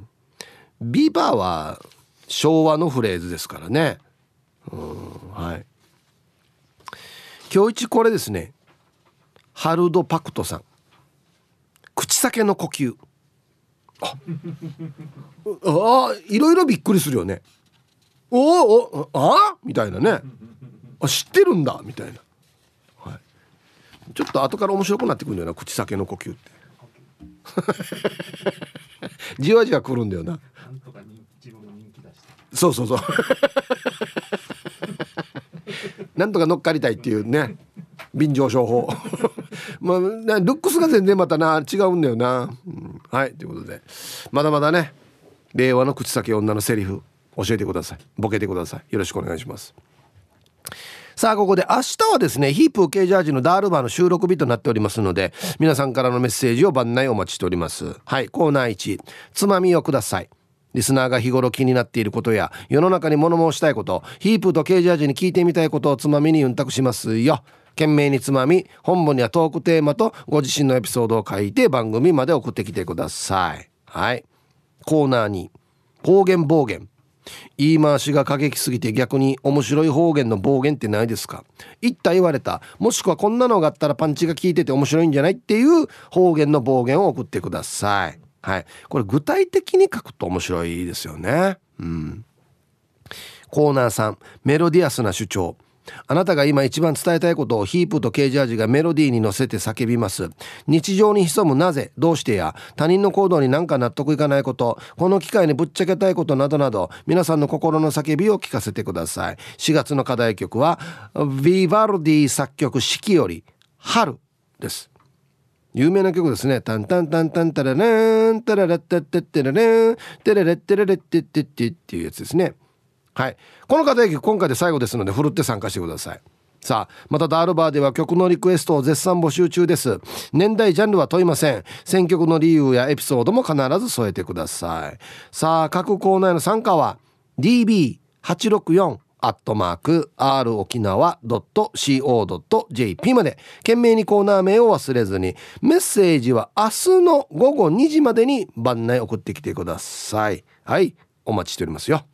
ビバは昭和のフレーズですからね、うん、はい。今日一これですね、ハルドパクトさん、口裂けの呼吸。ああ、いろいろびっくりするよね。おお、あみたいなね、あ知ってるんだみたいな、はい、ちょっと後から面白くなってくるんだよな、口裂けの呼吸ってじわじわくるんだよな。なんとか自分の人気出して、そうそうそうなんとか乗っかりたいっていうね、便乗商法まあルックスが全然またな違うんだよな、うん、はい。ということでまだまだね令和の口裂け女のセリフ教えてください、ボケてください、よろしくお願いします。さあここで明日はですねヒープー K ジャージのダールバーの収録日となっておりますので、皆さんからのメッセージを番内お待ちしております。はい。コーナーいち、つまみをください。リスナーが日頃気になっていることや世の中に物申したいこと、ヒープーと K ジャージに聞いてみたいことをつまみにうんたくしますよ。懸命につまみ、本文にはトークテーマとご自身のエピソードを書いて番組まで送ってきてください。はい。コーナーに、方言暴言、言い回しが過激すぎて逆に面白い方言の暴言ってないですか。言った言われた、もしくはこんなのがあったらパンチが効いてて面白いんじゃないっていう方言の暴言を送ってください。はい。これ具体的に書くと面白いですよね。うん。コーナーさん、メロディアスな主張。あなたが今一番伝えたいことをヒープとケージャージがメロディーに乗せて叫びます。日常に潜むなぜ、どうしてや他人の行動になんか納得いかないこと、この機会にぶっちゃけたいことなどなど、皆さんの心の叫びを聞かせてください。しがつの課題曲はヴィヴァルディ作曲四季より春です。有名な曲ですね。タンタンタンタンタラランタララッタッタッタラランテレレッテレレッテッテッテっていうやつですね。はい。この課題曲今回で最後ですのでふるって参加してください。さあまたダールバーでは曲のリクエストを絶賛募集中です。年代ジャンルは問いません。選曲の理由やエピソードも必ず添えてください。さあ各コーナーへの参加は ディービーはちろくよん アアットマーク アール 沖縄 ドット シーオー ドット ジェーピー まで懸命にコーナー名を忘れずに、メッセージは明日の午後にじまでに番内送ってきてください。はい、お待ちしておりますよ。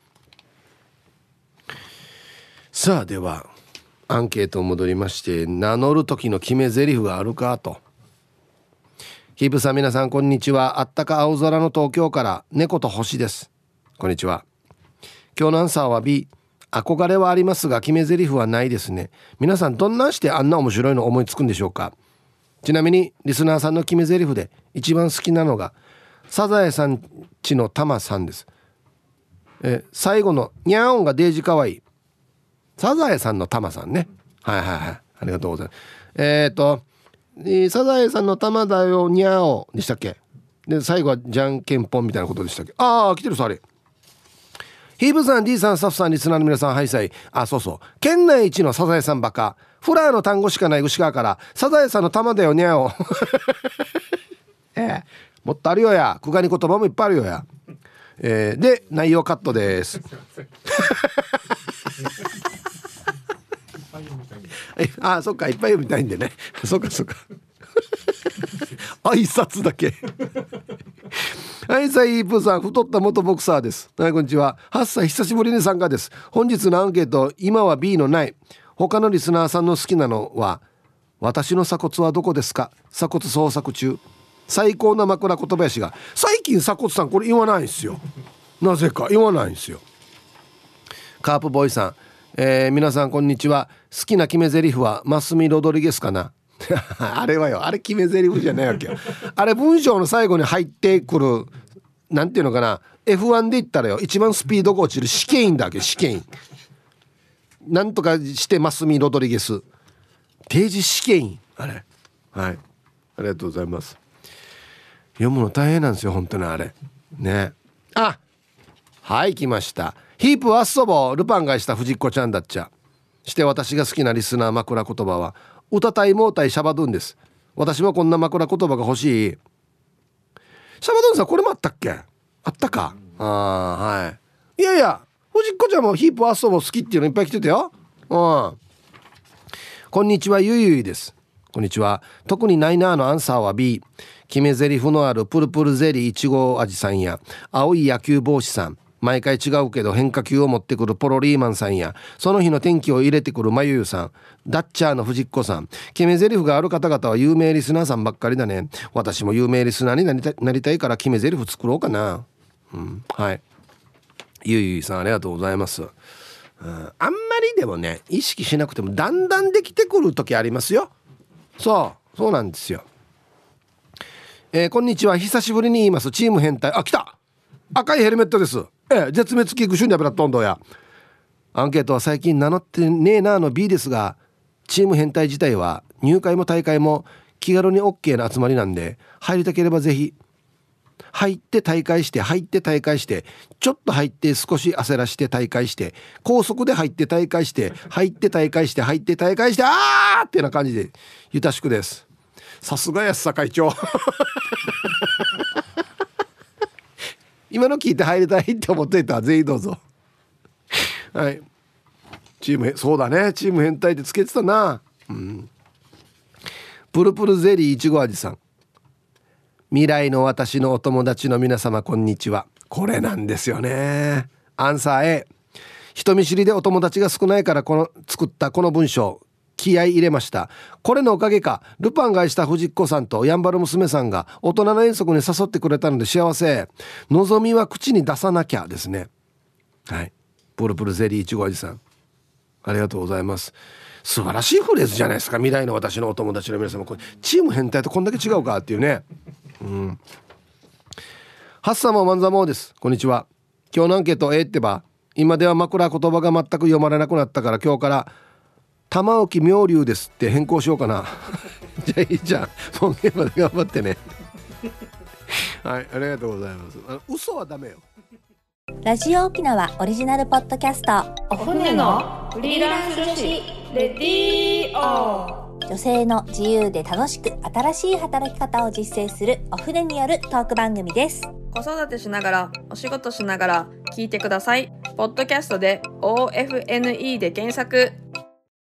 さあではアンケートを戻りまして、名乗る時の決め台詞があるかと。ヒブさん、皆さんこんにちは。あったか青空の東京から猫と星です。こんにちは。今日のアンサーは B。 憧れはありますが決め台詞はないですね。皆さんどんなしてあんな面白いの思いつくんでしょうか。ちなみにリスナーさんの決め台詞で一番好きなのがサザエさんちのタマさんです。え最後のニャーオンがデージかわいい。サザエさんのタマさんね。はいはいはい、ありがとうございます。えっ、ー、とサザエさんのタマだよニャーオでしたっけ。で最後はじゃんけんぽんみたいなことでしたっけ。ああ来てるさあれ。ヒーブさん D さんスタッフさんリスナーの皆さん、はいさい。あそうそう、県内一のサザエさんバカフラーの単語しかない牛川からサザエさんのタマだよニャーオええもっとあるよや、くがに言葉もいっぱいあるよや。えー、で内容カットですああそっか、いっぱい読みたいんでねそっかそっか挨拶だけはいさい、イープーさん、太った元ボクサーです。はい、こんにちは。はっさい、久しぶりに参加です。本日のアンケート、今は B のない。他のリスナーさんの好きなのは、私の鎖骨はどこですか。鎖骨捜索中。最高な枕言葉やしが、最近鎖骨さんこれ言わないんですよ。なぜか言わないんですよ。カープボーイさん、えー、皆さんこんにちは。好きな決め台詞はマスミロドリゲスかなあれはよ、あれ決め台詞じゃないわけよあれ文章の最後に入ってくる、なんていうのかな、 エフワン で言ったらよ、一番スピードが落ちる試験員だわけ。試験員なんとかしてマスミロドリゲス定時試験員、あれ、はい、ありがとうございます。読むの大変なんですよ本当にあれね。あはい来ました。ヒープはっそぼルパンがした藤子ちゃんだっちゃ。して私が好きなリスナー枕言葉は歌たいもうたいシャバドゥンです。私もこんな枕言葉が欲しい。シャバドゥンさんこれもあったっけ。あったか。あはい。いやいや藤子ちゃんもヒープはっそぼ好きっていうのいっぱい来てたよ。うんこんにちは、ゆいゆいです。こんにちは。特にないなーのアンサーは B。 決め台詞のあるプルプルゼリーいちご味さんや青い野球帽子さん、毎回違うけど変化球を持ってくるポロリーマンさんやその日の天気を入れてくるまゆゆさん、ダッチャーの藤子さん、決め台詞がある方々は有名リスナーさんばっかりだね。私も有名リスナーになりたい、なりたいから決め台詞作ろうかな。うんはい、ゆいゆいさんありがとうございます。うん、あんまりでもね意識しなくてもだんだんできてくる時ありますよ。そうそうなんですよ。えー、こんにちは、久しぶりに言います。チーム変態、あ来た、赤いヘルメットです。えー、絶滅危惧種にブラッドンドや。アンケートは最近名乗ってねえなーの B ですが、チーム変態自体は入会も大会も気軽に OK な集まりなんで、入りたければぜひ入って大会して入って大会してちょっと入って少し焦らして大会して高速で入って大会して入って大会して入って大会してあーってな感じでゆたしくです。さすが安さ会長今の聞いて入りたいって思っていたら全員どうぞはいチームそうだね、チーム変態ってつけてたな。うんプルプルゼリーいちご味さん、未来の私のお友達の皆様こんにちは。これなんですよね。アンサー A。 人見知りでお友達が少ないからこの作ったこの文章気合い入れました。これのおかげかルパンがした藤子さんとやんばる娘さんが大人の遠足に誘ってくれたので幸せ。望みは口に出さなきゃですね。はい、プルプルゼリーいちご味さんありがとうございます。素晴らしいフレーズじゃないですか。未来の私のお友達の皆様、これチーム変態とこんだけ違うかっていうね。うん。ハッサモマンザモーです。こんにちは。今日のアンケート A ってば今では枕言葉が全く読まれなくなったから今日から玉置妙龍ですって変更しようかなじゃあいいじゃん、もう現場で頑張ってねはいありがとうございます。あの嘘はダメよ。 ラジオ沖縄オリジナルポッドキャストお船のフリーランス女子レディオ。 女性の自由で楽しく新しい働き方を実践するお船によるトーク番組です。 子育てしながらお仕事しながら聞いてください。 ポッドキャストで オーエフエヌイー で検索。